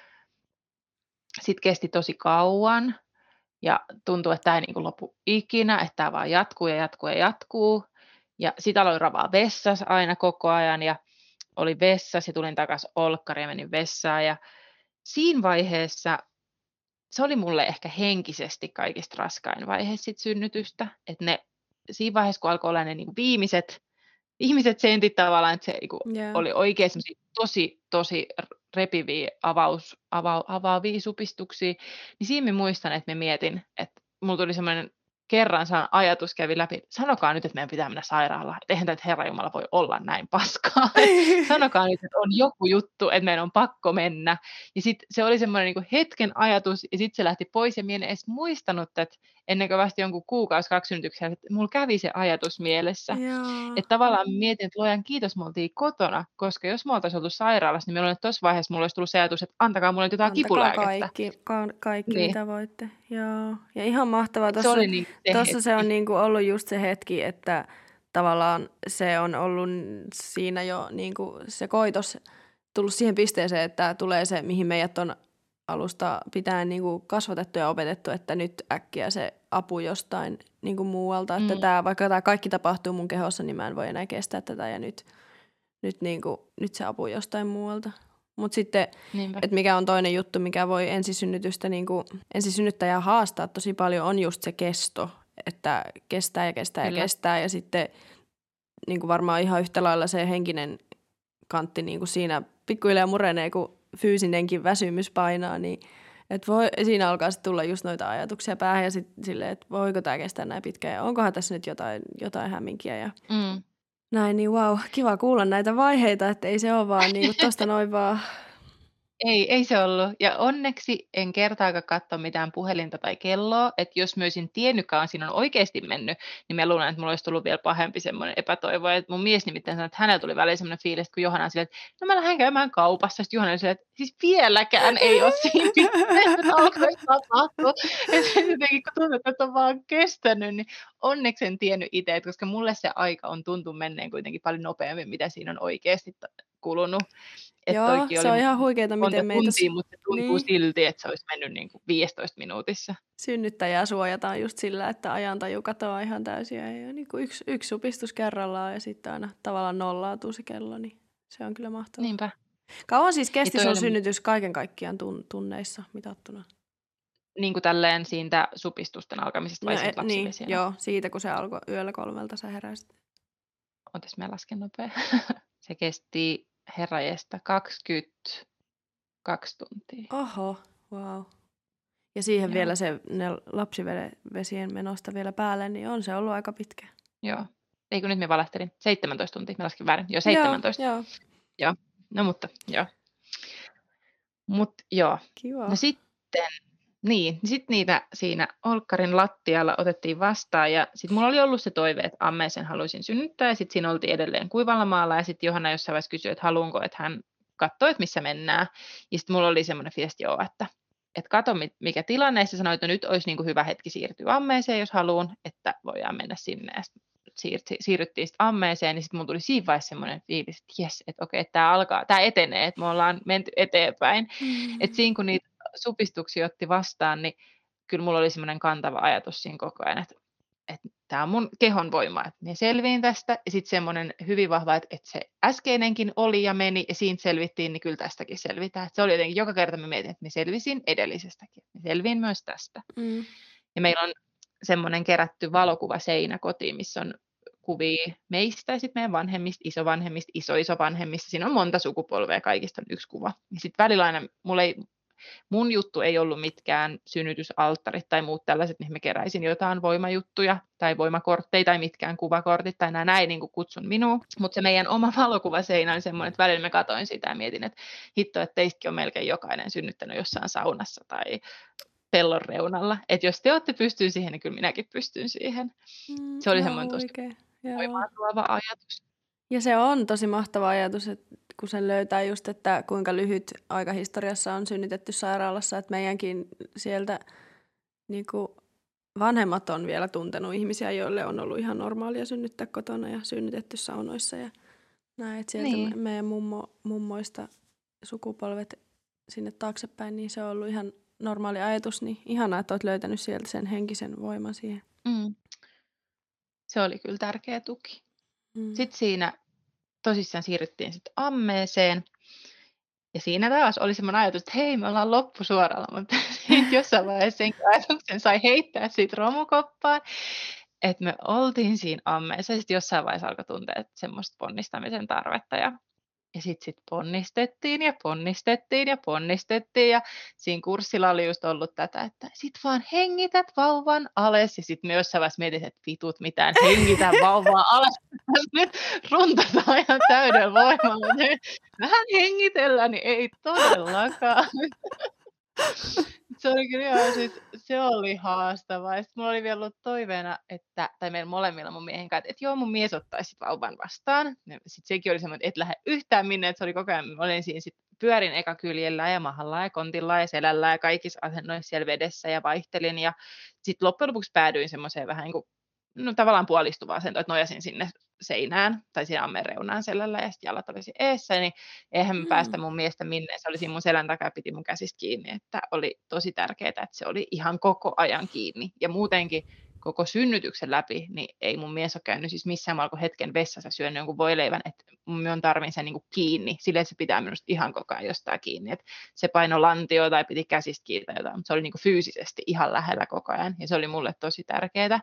S3: sitten kesti tosi kauan ja tuntui, että tämä ei niin lopu ikinä, että tämä vaan jatkuu ja jatkuu ja jatkuu. Ja sitten aloin ravaa vessassa aina koko ajan ja oli vessassa ja tulin takaisin olkkariin ja menin vessaan. Ja siinä vaiheessa se oli mulle ehkä henkisesti kaikista raskain vaihe sit synnytystä, että ne siinä vaiheessa, kun alkoi olla ne niinku viimeiset, viimeiset sentit tavallaan, että se niinku
S1: Yeah.
S3: oli oikein tosi, tosi repiviä avaus, ava, avaavia supistuksia, niin siinä mä muistan, että mä mietin, että mulla tuli semmoinen kerran saan ajatus kävi läpi, sanokaa nyt, että meidän pitää mennä sairaalaan, että eihän tämä Herra Jumala voi olla näin paskaa. Sanokaa nyt, että on joku juttu, että meidän on pakko mennä. Ja sitten se oli semmoinen niinku hetken ajatus, ja sitten se lähti pois, ja minä en edes muistanut, että ennen kuin vasta jonkun kuukausi kaksi synnytyksen, että mulla kävi se ajatus mielessä.
S1: Joo.
S3: Että tavallaan mietin, että luojan kiitos, me oltiin kotona, koska jos me oltaisiin oltu sairaalassa, niin meillä tuossa vaiheessa mulla olisi tullut se ajatus, että antakaa mulle nyt jotain
S1: Antakaa
S3: kipulääkettä.
S1: kaikki, ka- kaikki
S3: Niin.
S1: mitä voitte. Joo. Ja ihan mahtavaa.
S3: Se
S1: Tuossa
S3: oli niin se
S1: Tuossa se
S3: hetki.
S1: on niinku ollut just se hetki, että tavallaan se on ollut siinä jo niinku se koitos tullut siihen pisteeseen, että tulee se, mihin meidät on alusta pitäen niinku kasvatettu ja opetettu, että nyt äkkiä se apu jostain niinku muualta. Että
S3: Mm.
S1: tää, vaikka tämä kaikki tapahtuu mun kehossa, niin mä en voi enää kestää tätä ja nyt, nyt, niinku, nyt se apu jostain muualta. Mutta sitten,
S3: Niinpä.
S1: että mikä on toinen juttu, mikä voi ensisynnytystä, niinku, ensisynnyttäjää haastaa tosi paljon, on just se kesto, että kestää ja kestää
S3: Kyllä.
S1: ja kestää. Ja sitten niinku varmaan ihan yhtä lailla se henkinen kantti niinku siinä pikkuhiljaa murenee, kun fyysinenkin väsymys painaa, niin et voi, siinä alkaa sitten tulla just noita ajatuksia päähän ja sitten silleen, että voiko tämä kestää näin pitkään ja onkohan tässä nyt jotain, jotain hämminkiä ja
S3: Mm.
S1: näin, niin wow, kiva kuulla näitä vaiheita, että ei se ole vaan niinku tosta noin vaan.
S3: Ei, ei se ollut. Ja onneksi en kertaakaan katso mitään puhelinta tai kelloa, että jos mä olisin tiennytkään, siinä on oikeasti mennyt, niin mä luulen, että mulla olisi tullut vielä pahempi semmoinen epätoivo. Et mun mies nimittäin sanoi, että hänellä tuli väliin semmoinen fiilis, että kun Johanna on silleen, että no mä lähden käymään kaupassa. Sitten Johanna oli silleen, että siis vieläkään ei ole siinä pisteessä, että alkoisi tapahtua. Että jotenkin kun tuntuu, että on vaan kestänyt, niin onneksi en tiennyt itse, koska mulle se aika on tuntunut menneen kuitenkin paljon nopeammin, mitä siinä on oikeasti t- kulunut. Et
S1: Joo,
S3: toikin
S1: se
S3: oli
S1: on ihan huikeeta,
S3: monta
S1: miten meitä
S3: tuntia, mutta se tuntuu
S1: niin.
S3: silti, että se olisi mennyt niin kuin viisitoista minuutissa.
S1: synnyttäjää suojataan just sillä, että ajantaju katoaa ihan täysin ja niin kuin yksi, yksi supistus kerrallaan ja sitten aina tavallaan nollautuu se kello, niin se on kyllä mahtavaa.
S3: Niinpä.
S1: Kauan siis kesti
S3: toi
S1: sun
S3: oli-
S1: synnytys kaiken kaikkiaan tun- tunneissa mitattuna?
S3: Niin kuin tälleen siitä supistusten alkamisesta vai
S1: No,
S3: siitä
S1: e- niin,
S3: lapsivesiä.
S1: joo, siitä kun se alkoi yöllä kolmelta sä heräsit.
S3: Otas mä lasken nopea. Se kesti herrajesta kaksikymmentäkaksi tuntia.
S1: Oho, wow. Ja siihen
S3: Joo.
S1: vielä se ne lapsivesien menosta vielä päälle, niin on se ollut aika pitkä.
S3: Joo. Eikö nyt mä valehtelin? seitsemäntoista tuntia. Mä laskin väärin. Joo, seitsemäntoista.
S1: Joo, joo.
S3: No mutta, joo. Mut joo.
S1: Kiva.
S3: No sitten, niin, sitten niitä siinä olkkarin lattialla otettiin vastaan ja sitten mulla oli ollut se toive, että ammeeseen haluaisin synnyttää ja sitten siinä oltiin edelleen kuivalla maalla ja sitten Johanna jossain vaiheessa kysyi, että haluanko, että hän katsoo, että missä mennään. Ja sitten mulla oli semmoinen fiilis, joo, että, että kato mikä tilanne ja se sanoi, että no nyt olisi niin kuin hyvä hetki siirtyä ammeeseen, jos haluan, että voidaan mennä sinne ja sit siirti, siirryttiin sitten ammeeseen, niin sitten mulla tuli siinä vaiheessa semmoinen fiilis, että jes, että okei, tämä alkaa, tämä etenee, että me ollaan menty eteenpäin.
S1: Mm.
S3: Että siinä kun niitä supistuksia otti vastaan, niin kyllä mulla oli semmoinen kantava ajatus siinä koko ajan, että, että tämä on mun kehon voima, että me selviin tästä. Ja sitten semmoinen hyvin vahva, että, että se äskeinenkin oli ja meni ja siitä selvittiin, niin kyllä tästäkin selvitään. Et se oli jotenkin joka kerta mä mietin, että me selvisin edellisestäkin. Me selviin myös tästä.
S1: Mm.
S3: Ja meillä on semmoinen kerätty valokuvaseinä kotiin, missä on kuvia meistä ja sitten meidän vanhemmista, isovanhemmista, iso-isovanhemmista. Siinä on monta sukupolvea, kaikista on yksi kuva. Ja sitten välillä aina, mulla ei, mun juttu ei ollut mitkään synnytysalttarit tai muut tällaiset, mihin mä keräisin jotain voimajuttuja tai voimakortteja tai mitkään kuvakortit tai nämä näin niin kuin kutsun minua. Mutta se meidän oma valokuvaseinä on semmoinen, että välillä mä katoin sitä ja mietin, että hitto, että teistäkin on melkein jokainen synnyttänyt jossain saunassa tai pellon reunalla. Että jos te olette pystyyn siihen, niin kyllä minäkin pystyn siihen.
S1: Mm,
S3: Se oli
S1: ihan
S3: semmoinen tosi
S1: huikea. Joo.
S3: voimaa tuova ajatus.
S1: Ja se on tosi mahtava ajatus, että kun sen löytää just, että kuinka lyhyt aikahistoriassa on synnytetty sairaalassa, että meidänkin sieltä niin kuin vanhemmat on vielä tuntenut ihmisiä, joille on ollut ihan normaalia synnyttää kotona ja synnytetty saunoissa ja näin, että sieltä
S3: Niin.
S1: me- meidän mummo, mummoista sukupolvet sinne taaksepäin, niin se on ollut ihan normaali ajatus, niin ihanaa, että olet löytänyt sieltä sen henkisen voiman siihen.
S3: Mm. Se oli kyllä tärkeä tuki.
S1: Mm.
S3: Sitten siinä tosissaan siirryttiin sitten ammeeseen. Ja siinä taas oli semmoinen ajatus, että hei, me ollaan loppusuoralla, mutta sitten jossain vaiheessa sen ajatuksen sai heittää siitä romukoppaan. Että me oltiin siinä ammeessa ja sitten jossain vaiheessa alkoi tuntea semmoista ponnistamisen tarvetta. Ja, ja sitten sit ponnistettiin ja ponnistettiin ja ponnistettiin. Ja siinä kurssilla oli just ollut tätä, että sit vaan hengität vauvan alas. Ja sitten me jossain vaiheessa mietin, että vitut mitään, hengitä vauvaa alas. Nyt runtataan ihan täydellä voimalla. Vähän hengitellään, niin ei todellakaan. Se oli kyllä ihan, siis, se oli haastavaa. Ja sitten mulla oli vielä ollut toiveena, että, tai meillä molemmilla mun miehen kanssa, että joo, mun mies ottaisi sit vauvan vastaan. Sitten sekin oli semmoinen, että et lähde yhtään minne, että se oli koko ajan, mä olin siinä sit pyörin eka kyljellä ja mahalla ja kontilla ja selällä ja kaikissa asennoissa siellä vedessä ja vaihtelin. Ja sitten loppujen lopuksi päädyin semmoiseen vähän niin kuin, no tavallaan puolistuvaan asentoon, että nojasin sinne seinään tai siinä ammen reunaan selällä ja sitten jalat olisi eessä, niin eihän mä
S1: Mm.
S3: päästä mun miestä minne. Se oli siinä mun selän takaa ja piti mun käsistä kiinni, että oli tosi tärkeää, että se oli ihan koko ajan kiinni. Ja muutenkin koko synnytyksen läpi, niin ei mun mies ole käynyt siis missään mä alkoi hetken vessassa syönyt jonkun voileivän, että mun tarvin sen niin kuin kiinni, silleen, että se pitää minusta ihan koko ajan jostain kiinni, että se paino lantio tai piti käsistä kiinni tai jotain, mutta se oli niin kuin fyysisesti ihan lähellä koko ajan ja se oli mulle tosi tärkeää.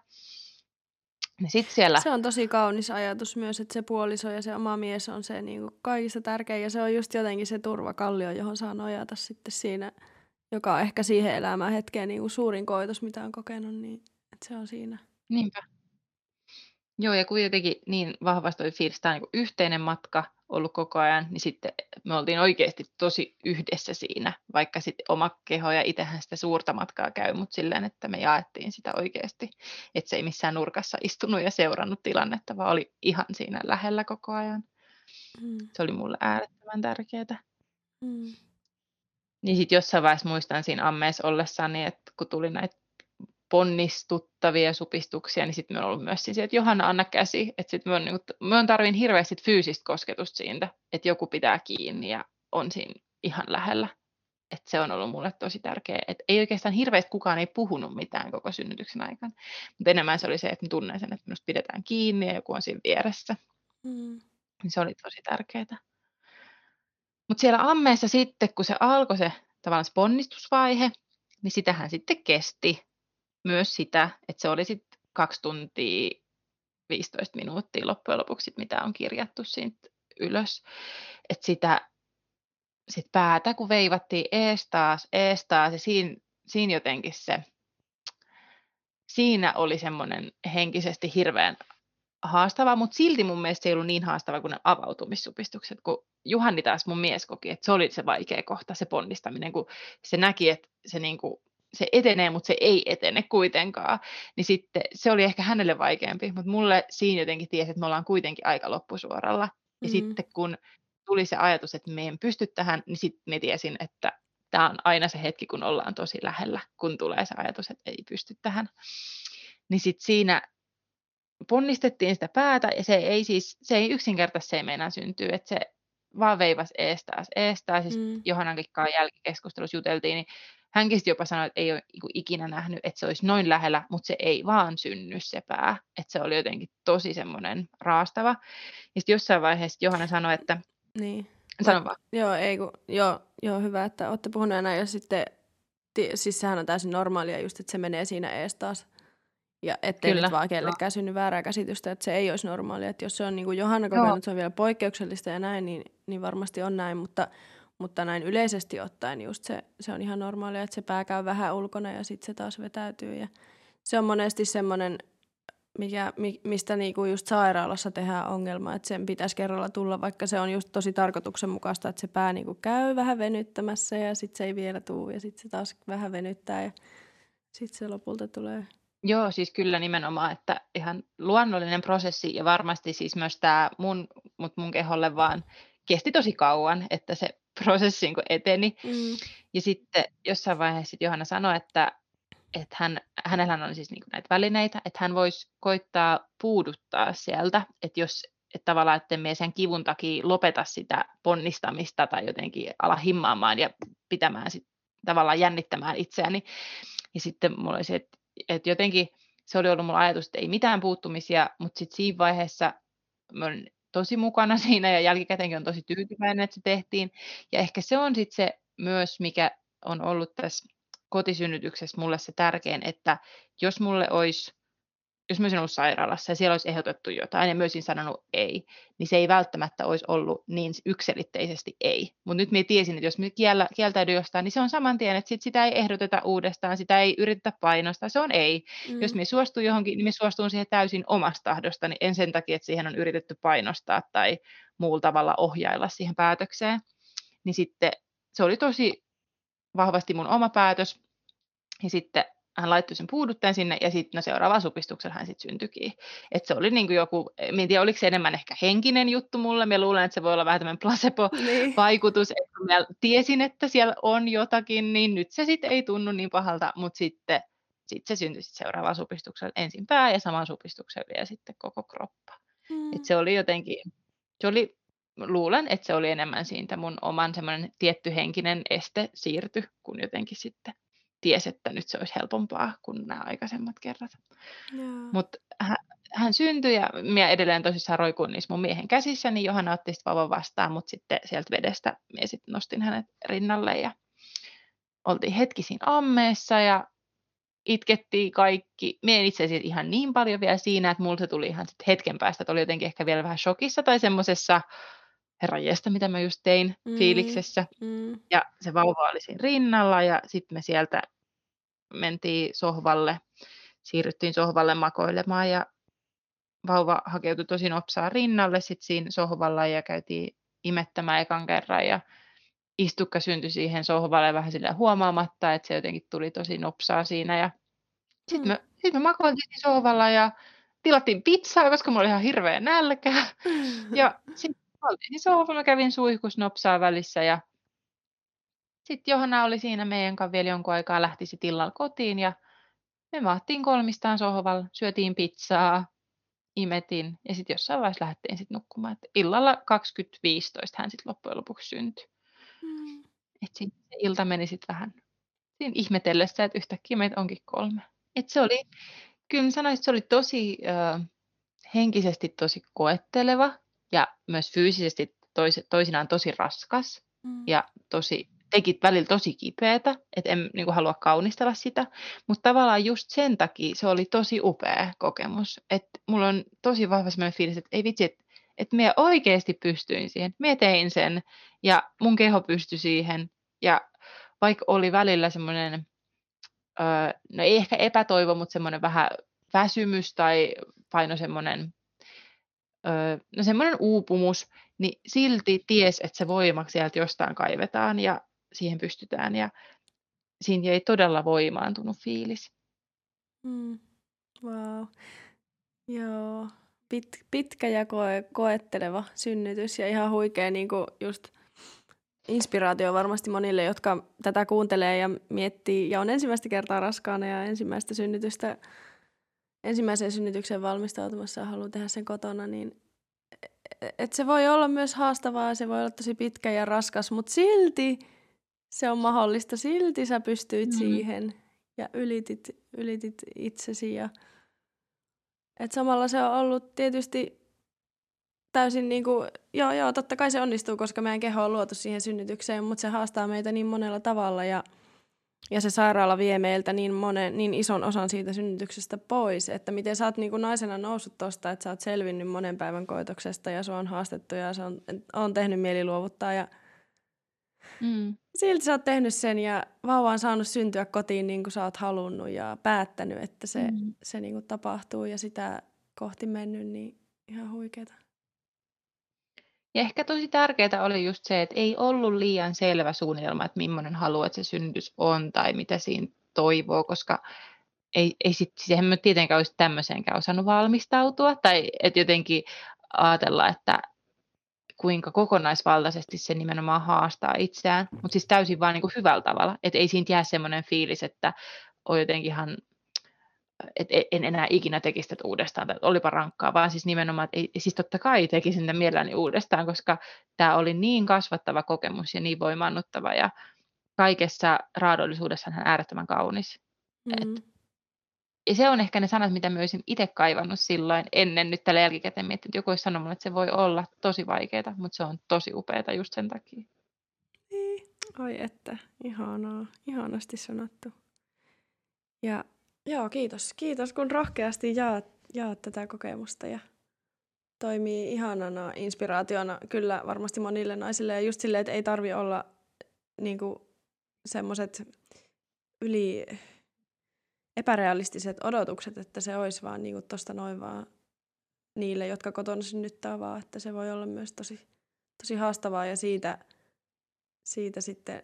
S3: Ja sit siellä,
S1: Se on tosi kaunis ajatus myös, että se puoliso ja se oma mies on se niin kuin kaikista tärkein ja se on just jotenkin se turvakallio, johon saa nojata sitten siinä, joka on ehkä siihen elämään hetkeen niin kuin suurin koitos, mitä on kokenut, niin että se on siinä.
S3: niinpä. Joo, ja kuitenkin niin vahvasti oli fiilis, tämä on niin yhteinen matka ollut koko ajan, niin sitten me oltiin oikeasti tosi yhdessä siinä, vaikka sitten oma keho ja itsehän sitä suurta matkaa käy, mutta silleen, että me jaettiin sitä oikeasti, että se ei missään nurkassa istunut ja seurannut tilannetta, vaan oli ihan siinä lähellä koko ajan.
S1: Mm.
S3: Se oli mulle äärettömän tärkeää.
S1: Mm.
S3: Niin sitten jossain vaiheessa muistan siinä ammeessa ollessani, että kun tuli näitä ponnistuttavia supistuksia, niin sitten me on ollut myös siinä, että Johanna, anna käsi. Että sitten me on, niin kuin, me on tarvin hirveästi fyysistä kosketusta siitä, että joku pitää kiinni ja on siinä ihan lähellä. Että se on ollut mulle tosi tärkeää. Että ei oikeastaan hirveästi kukaan ei puhunut mitään koko synnytyksen aikana. Mutta enemmän se oli se, että mä tunnen sen, että minusta pidetään kiinni ja joku on siinä vieressä.
S1: Mm.
S3: Niin se oli tosi tärkeää. Mutta siellä ammeessa sitten, kun se alkoi se tavallaan se ponnistusvaihe, niin sitähän sitten kesti myös sitä, että se oli sitten kaksi tuntia viisitoista minuuttia loppujen lopuksi, mitä on kirjattu siitä ylös. Että sitä sit päätä, kun veivattiin ees taas, ees taas, ja siinä, siinä jotenkin se, siinä oli semmoinen henkisesti hirveän haastava, mutta silti mun mielestä se ei ollut niin haastava kuin ne avautumissupistukset, kun Juhani taas mun mies koki, että se oli se vaikea kohta, se ponnistaminen, kun se näki, että se, niinku, se etenee, mutta se ei etene kuitenkaan, niin sitten se oli ehkä hänelle vaikeampi, mutta mulle siinä jotenkin tiesi, että me ollaan kuitenkin aika loppusuoralla, ja
S1: Mm.
S3: sitten kun tuli se ajatus, että me en pysty tähän, niin sitten me tiesin, että tämä on aina se hetki, kun ollaan tosi lähellä, kun tulee se ajatus, että ei pysty tähän, niin sitten siinä ponnistettiin sitä päätä ja se ei siis, se ei yksinkertaisesti se ei meinaa syntyä, että se vaan veivasi ees taas, ees taas. Ja
S1: Mm.
S3: Johannan kanssa jälkikeskustelussa juteltiin, niin hänkin sitten jopa sanoi, että ei ole niinku ikinä nähnyt, että se olisi noin lähellä, mutta se ei vaan synny se pää. Että se oli jotenkin tosi semmoinen raastava. Ja sitten jossain vaiheessa Johanna sanoi, että
S1: Niin.
S3: sano
S1: Vaik-
S3: vaan.
S1: joo, ei kun, joo, joo, hyvä, että olette puhuneet näin. Ja sitten, ti- siis sehän on täysin normaalia just, että se menee siinä ees taas. Ja ettei
S3: Kyllä.
S1: nyt vaan kellekään synny väärää käsitystä, että se ei olisi normaalia. Että jos se on niin kuin Johanna
S3: Joo.
S1: kokenut, että se on vielä poikkeuksellista ja näin, niin, niin varmasti on näin. Mutta, mutta näin yleisesti ottaen just se, se on ihan normaalia, että se pää käy vähän ulkona ja sitten se taas vetäytyy. Ja se on monesti semmoinen, mikä, mi- mistä niinku just sairaalassa tehdään ongelma, että sen pitäisi kerralla tulla, vaikka se on just tosi tarkoituksenmukaista, että se pää niinku käy vähän venyttämässä ja sitten se ei vielä tule ja sitten se taas vähän venyttää ja sitten se lopulta tulee.
S3: Joo, siis kyllä nimenomaan, että ihan luonnollinen prosessi ja varmasti siis myös tämä mun, mut mun keholle vaan kesti tosi kauan, että se prosessi niin kuin eteni.
S1: Mm.
S3: Ja sitten jossain vaiheessa sit Johanna sanoi, että, että hän, hänellä on siis niin kuin näitä välineitä, että hän voisi koittaa puuduttaa sieltä, että jos että tavallaan, että me sen kivun takia lopeta sitä ponnistamista tai jotenkin ala himmaamaan ja pitämään sit, tavallaan jännittämään itseäni. Ja sitten mulla oli se, että, että jotenkin se oli ollut mulla ajatus, että ei mitään puuttumisia, mutta sitten siinä vaiheessa mä olin tosi mukana siinä ja jälkikäteenkin on tosi tyytyväinen, että se tehtiin. Ja ehkä se on sitten se myös, mikä on ollut tässä kotisynnytyksessä mulle se tärkein, että jos mulle olisi, jos mä olisin ollut sairaalassa ja siellä olisi ehdotettu jotain ja mä olisin sanonut ei, niin se ei välttämättä olisi ollut niin yksiselitteisesti ei. Mutta nyt mä tiesin, että jos mä kiellä, kieltäydyn jostain, niin se on saman tien, että sit sitä ei ehdoteta uudestaan, sitä ei yritetä painostaa, se on ei.
S1: Mm.
S3: Jos mä suostun johonkin, niin mä suostun siihen täysin omasta tahdostani, en sen takia, että siihen on yritetty painostaa tai muulla tavalla ohjailla siihen päätökseen. Niin sitten se oli tosi vahvasti mun oma päätös. Ja sitten hän laittoi sen puuduttajan sinne ja sitten no seuraavaan supistuksella hän sitten syntyikin. Että se oli niin kuin joku, en tiedä oliko se enemmän ehkä henkinen juttu mulle. Mä luulen, että se voi olla vähän tämmöinen placebo-vaikutus.
S1: Niin.
S3: Että mä tiesin, että siellä on jotakin, niin nyt se sitten ei tunnu niin pahalta. Mutta sitten sit se syntyi sit seuraavaan supistuksella ensin pää ja saman supistuksella vielä sitten koko kroppa.
S1: Mm.
S3: Että se oli jotenkin, se oli, luulen, että se oli enemmän siitä mun oman semmoinen tietty henkinen este siirty, kun jotenkin sitten tiesi, että nyt se olisi helpompaa kuin nämä aikaisemmat kerrat.
S1: Joo.
S3: Mutta hän, hän syntyi ja minä edelleen tosissaan roikuin niissä mun miehen käsissä, niin Johanna otti sitten vauvan vastaan, mutta sitten sieltä vedestä minä sitten nostin hänet rinnalle ja oltiin hetki siinä ammeessa ja itkettiin kaikki. Minä en itse asiassa ihan niin paljon vielä siinä, että mulla se tuli ihan sit hetken päästä, että oli jotenkin ehkä vielä vähän shokissa tai semmoisessa herranjeesta, mitä mä just tein
S1: Mm.
S3: fiiliksessä.
S1: Mm.
S3: Ja se vauva oli siinä rinnalla ja sitten me sieltä mentiin sohvalle, siirryttiin sohvalle makoilemaan ja vauva hakeutui tosi nopsaa rinnalle sitten siinä sohvalla ja käytiin imettämään ekan kerran ja istukka syntyi siihen sohvalle vähän sillä huomaamatta, että se jotenkin tuli tosi nopsaa siinä ja sitten
S1: Mm.
S3: me, sit me makoiltiin siinä sohvalla ja tilattiin pizzaa, koska mulla oli ihan hirveä nälkä ja sitten oltiin siinä sohvalla, mä kävin suihkus nopsaa välissä ja sitten Johanna oli siinä meidän kanssa vielä jonkun aikaa, lähti sitten illalla kotiin ja me maattiin kolmistaan sohvalla, syötiin pizzaa, imetin ja sitten jossain vaiheessa lähdettiin sitten nukkumaan. Et illalla kaksikymmentä viisitoista hän sitten loppujen lopuksi syntyi.
S1: Mm.
S3: Et sit se ilta meni sitten vähän siinä ihmetellessä, että yhtäkkiä meitä onkin kolme. Et se oli, kyllä mä sanoisin, että se oli tosi ö, henkisesti tosi koetteleva ja myös fyysisesti tois, toisinaan tosi raskas
S1: Mm.
S3: ja tosi, teki välillä tosi kipeätä, että en niin kuin, halua kaunistella sitä, mutta tavallaan just sen takia se oli tosi upea kokemus, että mulla on tosi vahva sellainen fiilis, että ei vitsi, että, että minä oikeasti pystyin siihen, minä tein sen ja mun keho pystyi siihen ja vaikka oli välillä semmoinen, öö, no ei ehkä epätoivo, mutta semmoinen vähän väsymys tai paino semmoinen, öö, no semmoinen uupumus, niin silti ties, että se voima sieltä jostain kaivetaan ja siihen pystytään ja siinä ei todella voimaantunut fiilis.
S1: Mm. Wow. Joo. Pit, pitkä ja koe, koetteleva synnytys ja ihan huikea niin kuin just inspiraatio varmasti monille, jotka tätä kuuntelee ja miettii ja on ensimmäistä kertaa raskaana ja ensimmäistä synnytystä, ensimmäiseen synnytykseen valmistautumassa ja haluaa tehdä sen kotona, niin et se voi olla myös haastavaa, se voi olla tosi pitkä ja raskas, mutta silti se on mahdollista. Silti sä pystyit
S3: Mm.
S1: siihen ja ylitit, ylitit itsesi. Ja, et samalla se on ollut tietysti täysin niin kuin, joo, joo, totta kai se onnistuu, koska meidän keho on luotu siihen synnytykseen, mutta se haastaa meitä niin monella tavalla ja, ja se sairaala vie meiltä niin, monen, niin ison osan siitä synnytyksestä pois, että miten sä oot niin kuin naisena noussut tosta, että sä oot selvinnyt monen päivän koitoksesta ja sua on haastettu ja se on, on tehnyt mieli luovuttaa ja
S3: Mm.
S1: silti sä oot tehnyt sen ja vauva on saanut syntyä kotiin niin kuin sä oot halunnut ja päättänyt, että se,
S3: Mm.
S1: se niin kuin tapahtuu ja sitä kohti mennyt, niin ihan huikeeta.
S3: Ja ehkä tosi tärkeää oli just se, että ei ollut liian selvä suunnitelma, että millainen haluaa, että se synnytys on tai mitä siinä toivoo, koska ei, ei sit, siihen me tietenkään olisi tämmöiseenkään osannut valmistautua tai että jotenkin ajatella, että kuinka kokonaisvaltaisesti se nimenomaan haastaa itseään, mutta siis täysin vaan niin kuin hyvällä tavalla, että ei siitä jää semmoinen fiilis, että on jotenkin ihan, että en enää ikinä tekisi tätä uudestaan, tai olipa rankkaa, vaan siis nimenomaan, että ei, siis totta kai tekisin sitä mielelläni uudestaan, koska tämä oli niin kasvattava kokemus ja niin voimaannuttava ja kaikessa raadollisuudessaan hän äärettömän kaunis.
S1: Mm.
S3: Et, ja se on ehkä ne sanat, mitä mä olisin itse kaivannut silloin ennen nyt tällä jälkikäteen miettinyt, että joku olisi sanonut mulle, että se voi olla tosi vaikeaa, mutta se on tosi upeaa just sen takia.
S1: Niin. Oi että, ihanaa, ihanasti sanottu. Ja joo, kiitos. Kiitos, kun rohkeasti jaat, jaat tätä kokemusta ja toimii ihanana inspiraationa kyllä varmasti monille naisille. Ja just silleen, että ei tarvi olla niinku semmoiset yli epärealistiset odotukset, että se olisi vaan niinku tosta noin vaan niille, jotka kotona synnyttää, vaan että se voi olla myös tosi, tosi haastavaa ja siitä, siitä sitten,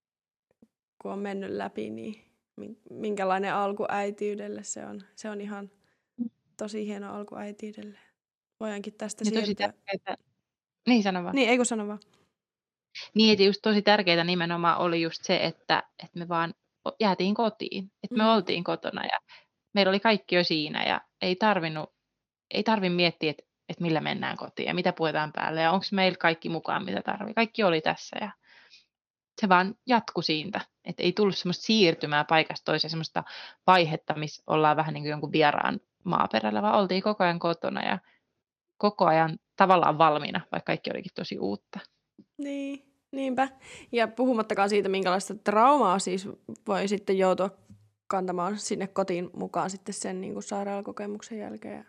S1: kun on mennyt läpi, niin minkälainen alku äitiydelle se on. Se on ihan tosi hieno alku äitiydelle. Voidaankin tästä
S3: Ja tosi
S1: siirtyä.
S3: tärkeää, niin sano vaan.
S1: Niin, ei kun sano vaan.
S3: Niin, että just tosi tärkeää nimenomaan oli just se, että, että me vaan jäätiin kotiin. Että me
S1: Mm.
S3: oltiin kotona ja meillä oli kaikki jo siinä ja ei tarvinnut, ei tarvitse miettiä, että, että millä mennään kotiin ja mitä puetaan päälle ja onko meillä kaikki mukaan, mitä tarvii. Kaikki oli tässä ja se vaan jatkui siitä. Että ei tullut semmoista siirtymää paikasta toiseen, semmoista vaihetta, missä ollaan vähän niin kuin jonkun vieraan maaperällä, vaan oltiin koko ajan kotona ja koko ajan tavallaan valmiina, vaikka kaikki olikin tosi uutta.
S1: Niin, niinpä. Ja puhumattakaan siitä, minkälaista traumaa siis voi sitten joutua kantamaan sinne kotiin mukaan sitten sen niin kuin sairaalakokemuksen jälkeen.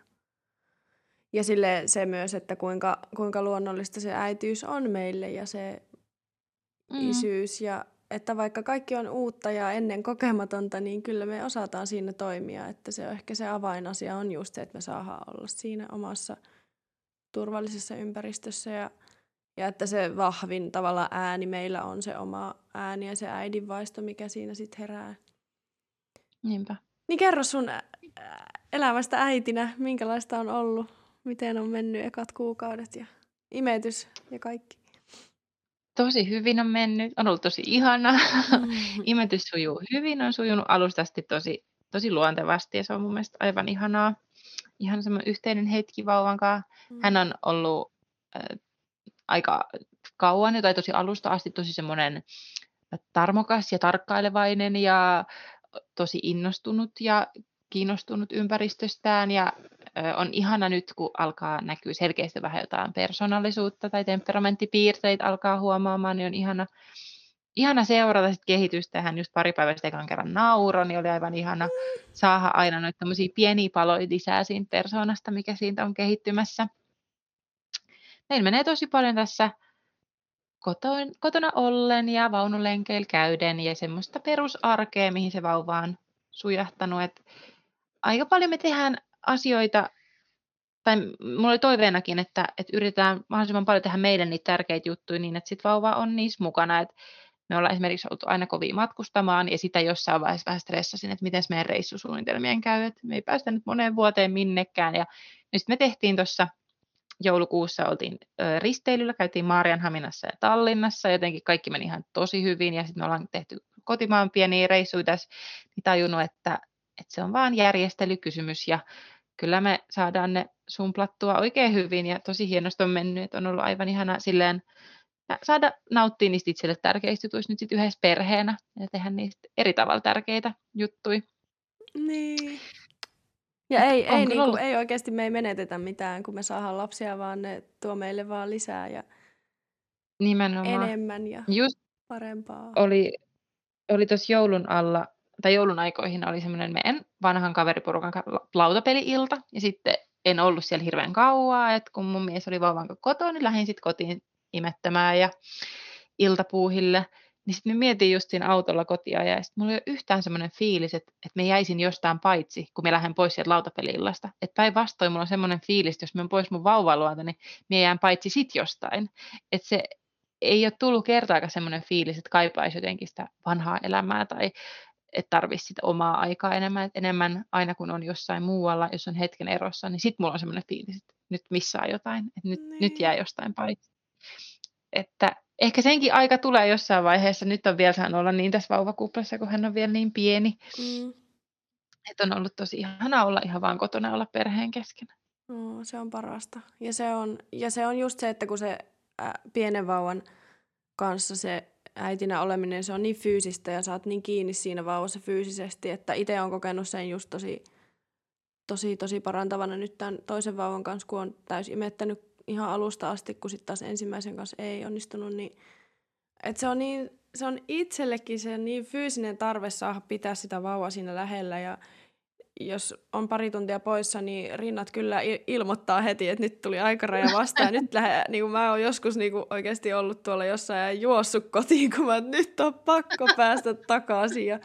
S1: Ja sille se myös, että kuinka, kuinka luonnollista se äitiys on meille ja se
S3: Mm.
S1: isyys. Ja että vaikka kaikki on uutta ja ennen kokematonta, niin kyllä me osataan siinä toimia. Että se on ehkä se avainasia on just se, että me saadaan olla siinä omassa turvallisessa ympäristössä ja Ja että se vahvin tavalla ääni meillä on se oma ääni ja se äidinvaisto, mikä siinä sitten herää.
S3: Niinpä.
S1: Niin kerro sun ä- ä- elämästä äitinä, minkälaista on ollut, miten on mennyt ekat kuukaudet ja imetys ja kaikki.
S3: Tosi hyvin on mennyt, on ollut tosi ihana.
S1: Mm.
S3: Imetys sujuu hyvin, on sujunut alusta asti tosi, tosi luontevasti ja se on mun mielestä aivan ihanaa. Ihan semmoinen yhteinen hetki vauvan kanssa. Hän on ollut äh, aika kauan jo tai tosi alusta asti tosi semmoinen tarmokas ja tarkkailevainen ja tosi innostunut ja kiinnostunut ympäristöstään ja ö, on ihana nyt, kun alkaa näkyä selkeästi vähän jotain persoonallisuutta tai temperamenttipiirteitä alkaa huomaamaan, niin on ihana, ihana seurata sit kehitystä. Hän just pari päivää sitten ekan kerran nauroi, niin oli aivan ihana saada aina noita tämmöisiä pieniä paloja lisää siitä persoonasta, mikä siitä on kehittymässä. Meillä menee tosi paljon tässä koton, kotona ollen ja vaunulenkeillä käyden ja semmoista perusarkea, mihin se vauva on sujahtanut. Et aika paljon me tehdään asioita, tai mulla oli toiveenakin, että, että yritetään mahdollisimman paljon tehdä meidän niitä tärkeitä juttuja niin, että sit vauva on niissä mukana. Et me ollaan esimerkiksi oltu aina kovin matkustamaan ja sitä jossain vaiheessa vähän stressasin, että miten meidän reissusuunnitelmien käy. Et me ei päästä nyt moneen vuoteen minnekään. Ja nyt me tehtiin tuossa joulukuussa oltiin ö, risteilyllä, käytiin Maarianhaminassa ja Tallinnassa, jotenkin kaikki meni ihan tosi hyvin, ja sitten me ollaan tehty kotimaan pieniä reissuja tässä, niin tajunnut, että, että se on vaan järjestelykysymys, ja kyllä me saadaan ne sumplattua oikein hyvin, ja tosi hienosti on mennyt, että on ollut aivan ihana silleen ja saada nauttia niistä itselle tärkeistä jutuista nyt sit yhdessä perheenä ja tehdä niistä eri tavalla tärkeitä juttuja.
S1: Niin. Ja
S3: Et
S1: ei, ei,
S3: on kyllä
S1: niinku,
S3: ollut
S1: ei oikeasti me ei menetetä mitään, kun me saadaan lapsia, vaan ne tuo meille vaan lisää ja
S3: nimenomaan.
S1: enemmän ja
S3: Just
S1: parempaa.
S3: oli, oli tuossa joulun alla, tai joulun aikoihin oli semmoinen meidän vanhan kaveriporukan ka- la- lautapeli-ilta, ja sitten en ollut siellä hirveän kauaa, että kun mun mies oli vauvan kanssa kotona, niin lähdin sitten kotiin imettämään ja iltapuuhille. Niin sitten me mietin just siinä autolla kotia, ja sitten mulla ei ole yhtään semmoinen fiilis, että, että me jäisin jostain paitsi, kun me lähden pois sieltä lautapeli-illasta. Että päinvastoin mulla on semmoinen fiilis, että jos mä oon pois mun vauvan luota, niin me jään paitsi sit jostain. Että se ei ole tullut kertaakaan semmoinen fiilis, että kaipaisi jotenkin sitä vanhaa elämää tai että tarvitsisi sitä omaa aikaa enemmän. Että enemmän aina kun on jossain muualla, jos on hetken erossa, niin sitten mulla on semmoinen fiilis, että nyt missaa jotain, että nyt, nyt jää
S1: Niin.
S3: jostain paitsi. Että ehkä senkin aika tulee jossain vaiheessa. Nyt on vielä saanut olla niin tässä vauvakuplassa, kun hän on vielä niin pieni.
S1: Mm.
S3: Että on ollut tosi ihanaa olla ihan vaan kotona ja olla perheen kesken.
S1: No, se on parasta. Ja se on, ja se on just se, että kun se ä, pienen vauvan kanssa se äitinä oleminen, se on niin fyysistä ja sä oot niin kiinni siinä vauvassa fyysisesti, että itse on kokenut sen just tosi, tosi, tosi parantavana nyt tämän toisen vauvan kanssa, kun on täys imettänyt ihan alusta asti, kun sitten taas ensimmäisen kanssa ei onnistunut, niin että se on niin, se on itsellekin se niin fyysinen tarve saada pitää sitä vauvaa siinä lähellä ja jos on pari tuntia poissa, niin rinnat kyllä il- ilmoittaa heti, että nyt tuli aikaraja vastaan. Ja nyt lähe, niin kuin mä oon joskus niin kuin oikeasti ollut tuolla jossain ja juossut kotiin, kun mä, että nyt on pakko päästä takaisin. Ja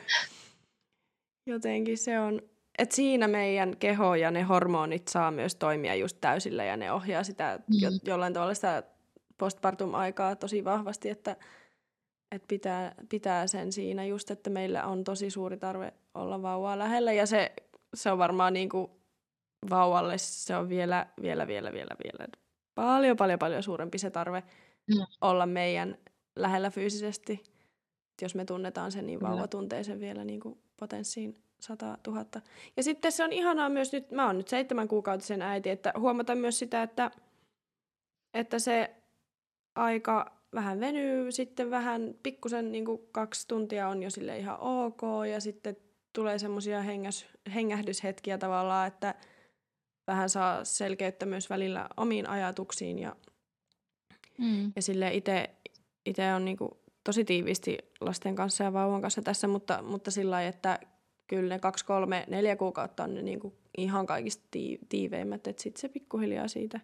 S1: jotenkin se on, että siinä meidän keho ja ne hormonit saa myös toimia just täysillä ja ne ohjaa sitä jo,
S3: Mm.
S1: jollain tavalla sitä postpartum-aikaa tosi vahvasti, että, että pitää, pitää sen siinä just, että meillä on tosi suuri tarve olla vauvaa lähellä ja se Se on varmaan niin kuin vauvalle se on vielä, vielä, vielä, vielä, vielä paljon, paljon, paljon suurempi se tarve
S3: Mm.
S1: olla meidän lähellä fyysisesti. Et jos me tunnetaan sen, niin
S3: Kyllä.
S1: vauva tuntee sen vielä niin kuin potenssiin sata tuhatta. Ja sitten se on ihanaa myös nyt, mä oon nyt seitsemän kuukautisen äiti, että huomata myös sitä, että, että se aika vähän venyy, sitten vähän pikkusen niin kuin kaksi tuntia on jo sille ihan ok, ja sitten tulee semmoisia hengähdyshetkiä tavallaan, että vähän saa selkeyttä myös välillä omiin ajatuksiin ja,
S3: Mm.
S1: ja sille itse on niinku tosi tiiviisti lasten kanssa ja vauvan kanssa tässä, mutta, mutta sillä lailla, että kyllä ne kaksi, kolme, neljä kuukautta on ne niinku ihan kaikista tii, tiiveimmät, että sitten se pikkuhiljaa siitä,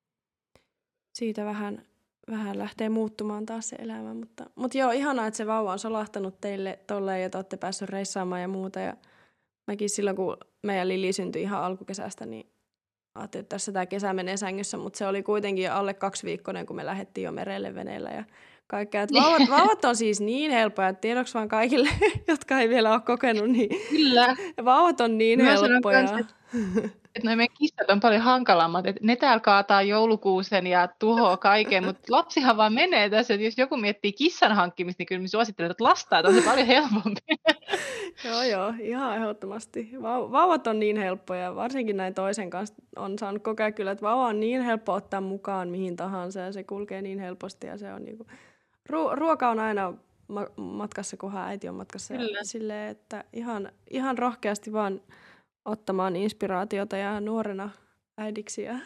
S1: siitä vähän, vähän lähtee muuttumaan taas se elämä, mutta, mutta joo, ihanaa, että se vauva on solahtanut teille tolleen ja te olette päässyt reissaamaan ja muuta ja mäkin silloin, kun meidän Lili syntyi ihan alkukesästä, niin ajattelin, että tässä tämä kesä menee sängyssä, mutta se oli kuitenkin jo alle kaksi viikkoinen, kun me lähdettiin jo merelle veneellä ja kaikkea. Että vauvat, vauvat on siis niin helppoja, että tiedoksi vaan kaikille, jotka ei vielä ole kokenut, niin
S3: Kyllä.
S1: vauvat on niin
S3: Mä sanon
S1: helppoja.
S3: kans, että että noi meidän kissat on paljon hankalammat, että ne täällä kaataa joulukuusen ja tuhoaa kaiken, mutta lapsihan vaan menee tässä, että jos joku miettii kissan hankkimista, niin kyllä mä suosittelen, että lastaa, on se paljon helpompi.
S1: Joo, joo, ihan ehdottomasti. Vau- Vauvat on niin helppoja, varsinkin näin toisen kanssa on saanut kokea kyllä, että vauva on niin helppo ottaa mukaan mihin tahansa ja se kulkee niin helposti ja se on niinku... Ru- ruoka on aina ma- matkassa, kunhan äiti on matkassa.
S3: Kyllä.
S1: Ja silleen, että ihan, ihan rohkeasti vaan ottamaan inspiraatiota ja nuorena äidiksi ja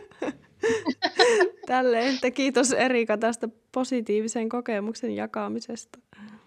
S1: tälleen. Että kiitos Erika tästä positiivisen kokemuksen jakamisesta.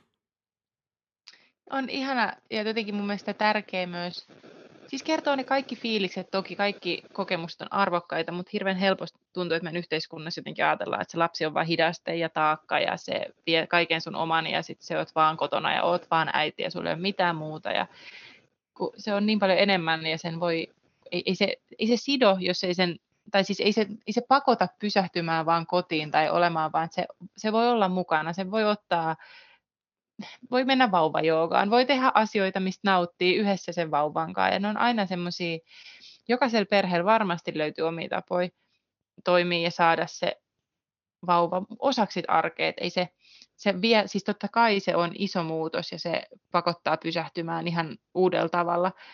S3: On ihana ja jotenkin mun mielestä tärkeä myös, siis kertoo ne kaikki fiilikset, toki kaikki kokemukset on arvokkaita, mutta hirveän helposti tuntuu, että meidän yhteiskunnassa jotenkin ajatellaan, että se lapsi on vain hidaste ja taakka ja se vie kaiken sun oman ja sitten se oot vaan kotona ja oot vaan äiti ja sulla ei ole mitään muuta ja kun se on niin paljon enemmän ja sen voi, ei, ei, se, ei se sido, jos ei sen, tai siis ei se, ei se pakota pysähtymään vaan kotiin tai olemaan, vaan se, se voi olla mukana, se voi ottaa, voi mennä vauvajoogaan, voi tehdä asioita, mistä nauttii yhdessä sen vauvan kanssa ja ne on aina semmoisia, jokaisella perheellä varmasti löytyy omia tapoja toimia ja saada se vauva osaksi arkea, että ei se, se vie, siis totta kai se on iso muutos ja se pakottaa pysähtymään ihan uudella tavalla,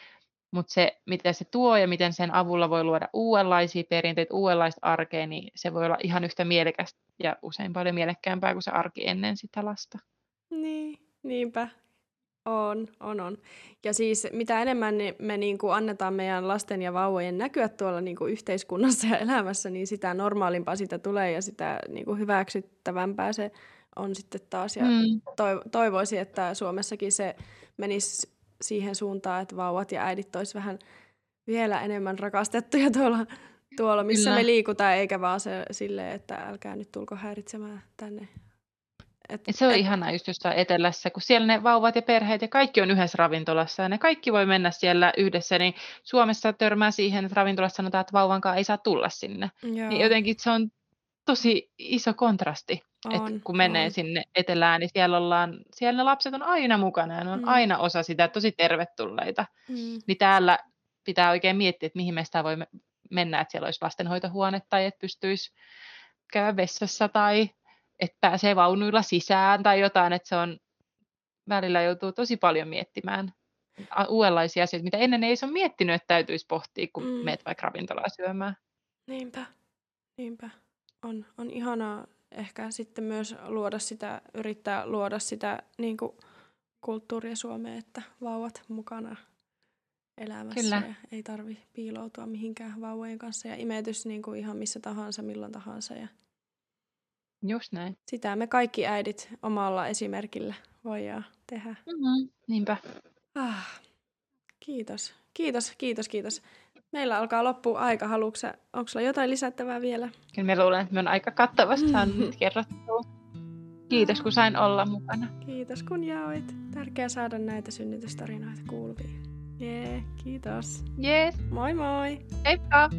S3: mutta se, mitä se tuo ja miten sen avulla voi luoda uudenlaisia perinteitä, uudenlaista arkea, niin se voi olla ihan yhtä mielekästä ja usein paljon mielekkäämpää kuin se arki ennen sitä lasta.
S1: Niin, niinpä. On, on, on. Ja siis mitä enemmän me niin kuin annetaan meidän lasten ja vauvojen näkyä tuolla niin kuin yhteiskunnassa ja elämässä, niin sitä normaalimpaa sitä tulee ja sitä niin kuin hyväksyttävämpää se on sitten taas. Ja
S3: Mm.
S1: toivoisin, että Suomessakin se menisi siihen suuntaan, että vauvat ja äidit olisi vähän vielä enemmän rakastettuja tuolla, tuolla missä
S3: Kyllä.
S1: me liikutaan, eikä vaan se silleen, että älkää nyt tulko häiritsemään tänne. Et,
S3: Et se on
S1: et,
S3: ihanaa just jossain etelässä, kun siellä ne vauvat ja perheet ja kaikki on yhdessä ravintolassa ja ne kaikki voi mennä siellä yhdessä, niin Suomessa törmää siihen, että ravintolassa sanotaan, että vauvankaan ei saa tulla sinne.
S1: joo,
S3: Niin jotenkin se on tosi iso kontrasti, että
S1: on,
S3: kun menee
S1: on.
S3: sinne etelään, niin siellä, ollaan, siellä ne lapset on aina mukana ja ne on
S1: Mm.
S3: aina osa sitä, tosi tervetulleita.
S1: Mm.
S3: Niin täällä pitää oikein miettiä, että mihin me sitä voi me- mennä, että siellä olisi lastenhoitohuone tai että pystyisi käydä vessassa tai että pääsee vaunuilla sisään tai jotain, että se on välillä joutuu tosi paljon miettimään a- uudenlaisia asioita, mitä ennen ei se ole miettinyt, että täytyisi pohtia, kun
S1: Mm.
S3: meet vaikka ravintolaan syömään.
S1: Niinpä, niinpä. On, on ihanaa ehkä sitten myös luoda sitä, yrittää luoda sitä niin kuin kulttuuria Suomeen, että vauvat mukana elämässä
S3: Kyllä.
S1: ja ei tarvi piiloutua mihinkään vauvojen kanssa ja imetys niin kuin ihan missä tahansa, milloin tahansa ja
S3: Just näin.
S1: sitä me kaikki äidit omalla esimerkillä voidaan tehdä.
S3: Mm-hmm. Niinpä.
S1: Ah, kiitos, kiitos, kiitos, kiitos. Meillä alkaa loppua aika. Haluatko sä, onko sulla jotain lisättävää vielä?
S3: Kyllä mä luulen, että me on aika kattavasti saanut nyt kerrottua. Kiitos, kun sain olla mukana.
S1: Kiitos, kun jaoit. Tärkeää saada näitä synnytystarinoita kuuluviin. Jee, kiitos.
S3: Jees,
S1: Moi moi!
S3: heippa!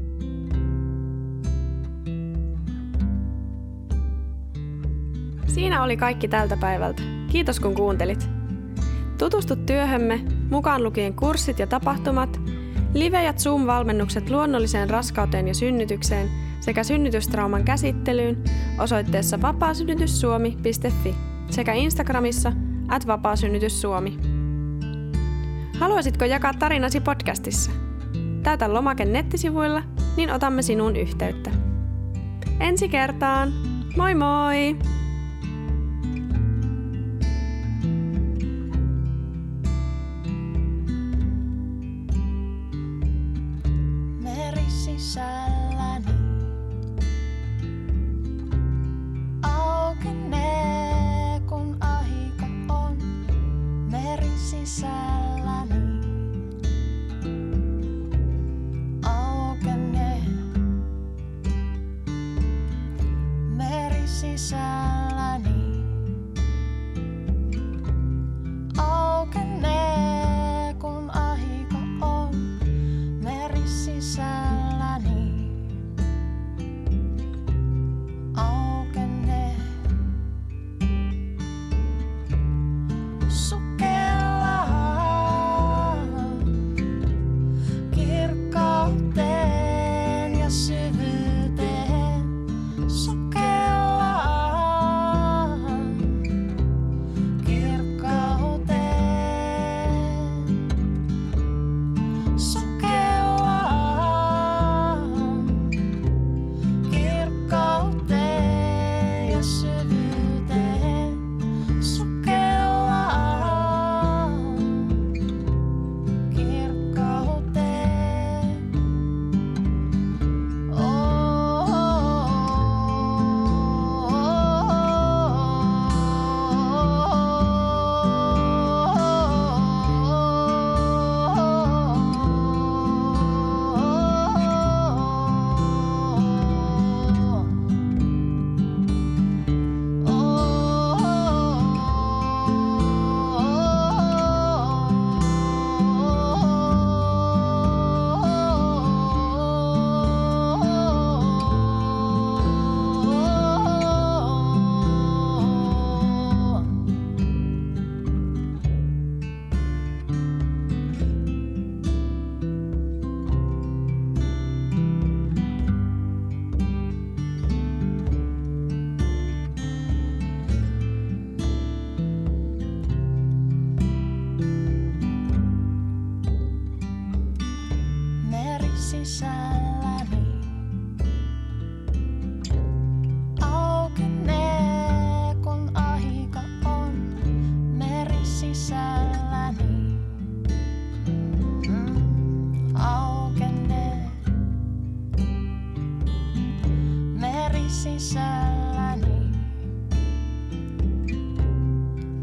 S1: Siinä oli kaikki tältä päivältä. Kiitos kun kuuntelit. Tutustu työhömme, mukaan lukien kurssit ja tapahtumat, live- ja Zoom-valmennukset luonnolliseen raskauteen ja synnytykseen sekä synnytystrauman käsittelyyn osoitteessa vapaasynnytyssuomi piste fi sekä Instagramissa at vapaasynnytyssuomi. Haluaisitko jakaa tarinasi podcastissa? Täytä lomake nettisivuilla, niin otamme sinuun yhteyttä. Ensi kertaan! Moi moi!
S2: Meri sisälläni aukenee, kun aika on. Meri sisälläni aukenee. Meri sisälläni aukenee, kun aika on. Meri sisälläni aukenee. Sukellaan kirkkauteen ja syvyyteen. Sukellaan sisälläni. Aukenee, kun aika on meri sisälläni. Mm, aukenee meri sisälläni.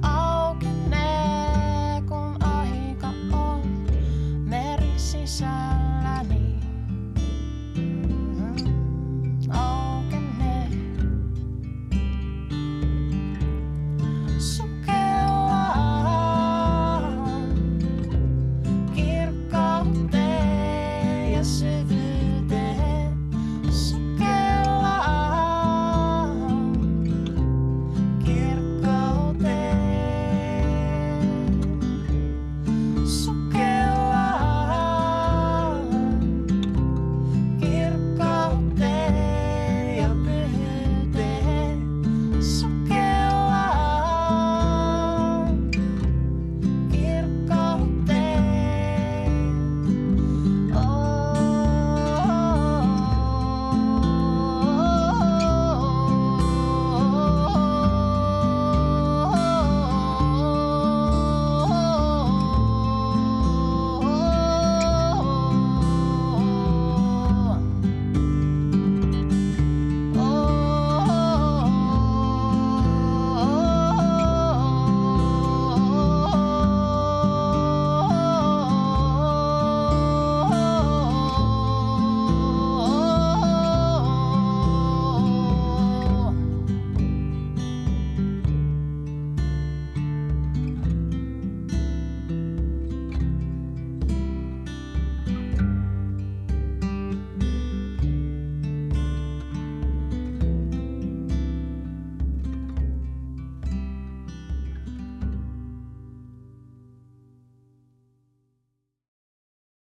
S2: Aukenee, kun aika on meri sisälläni.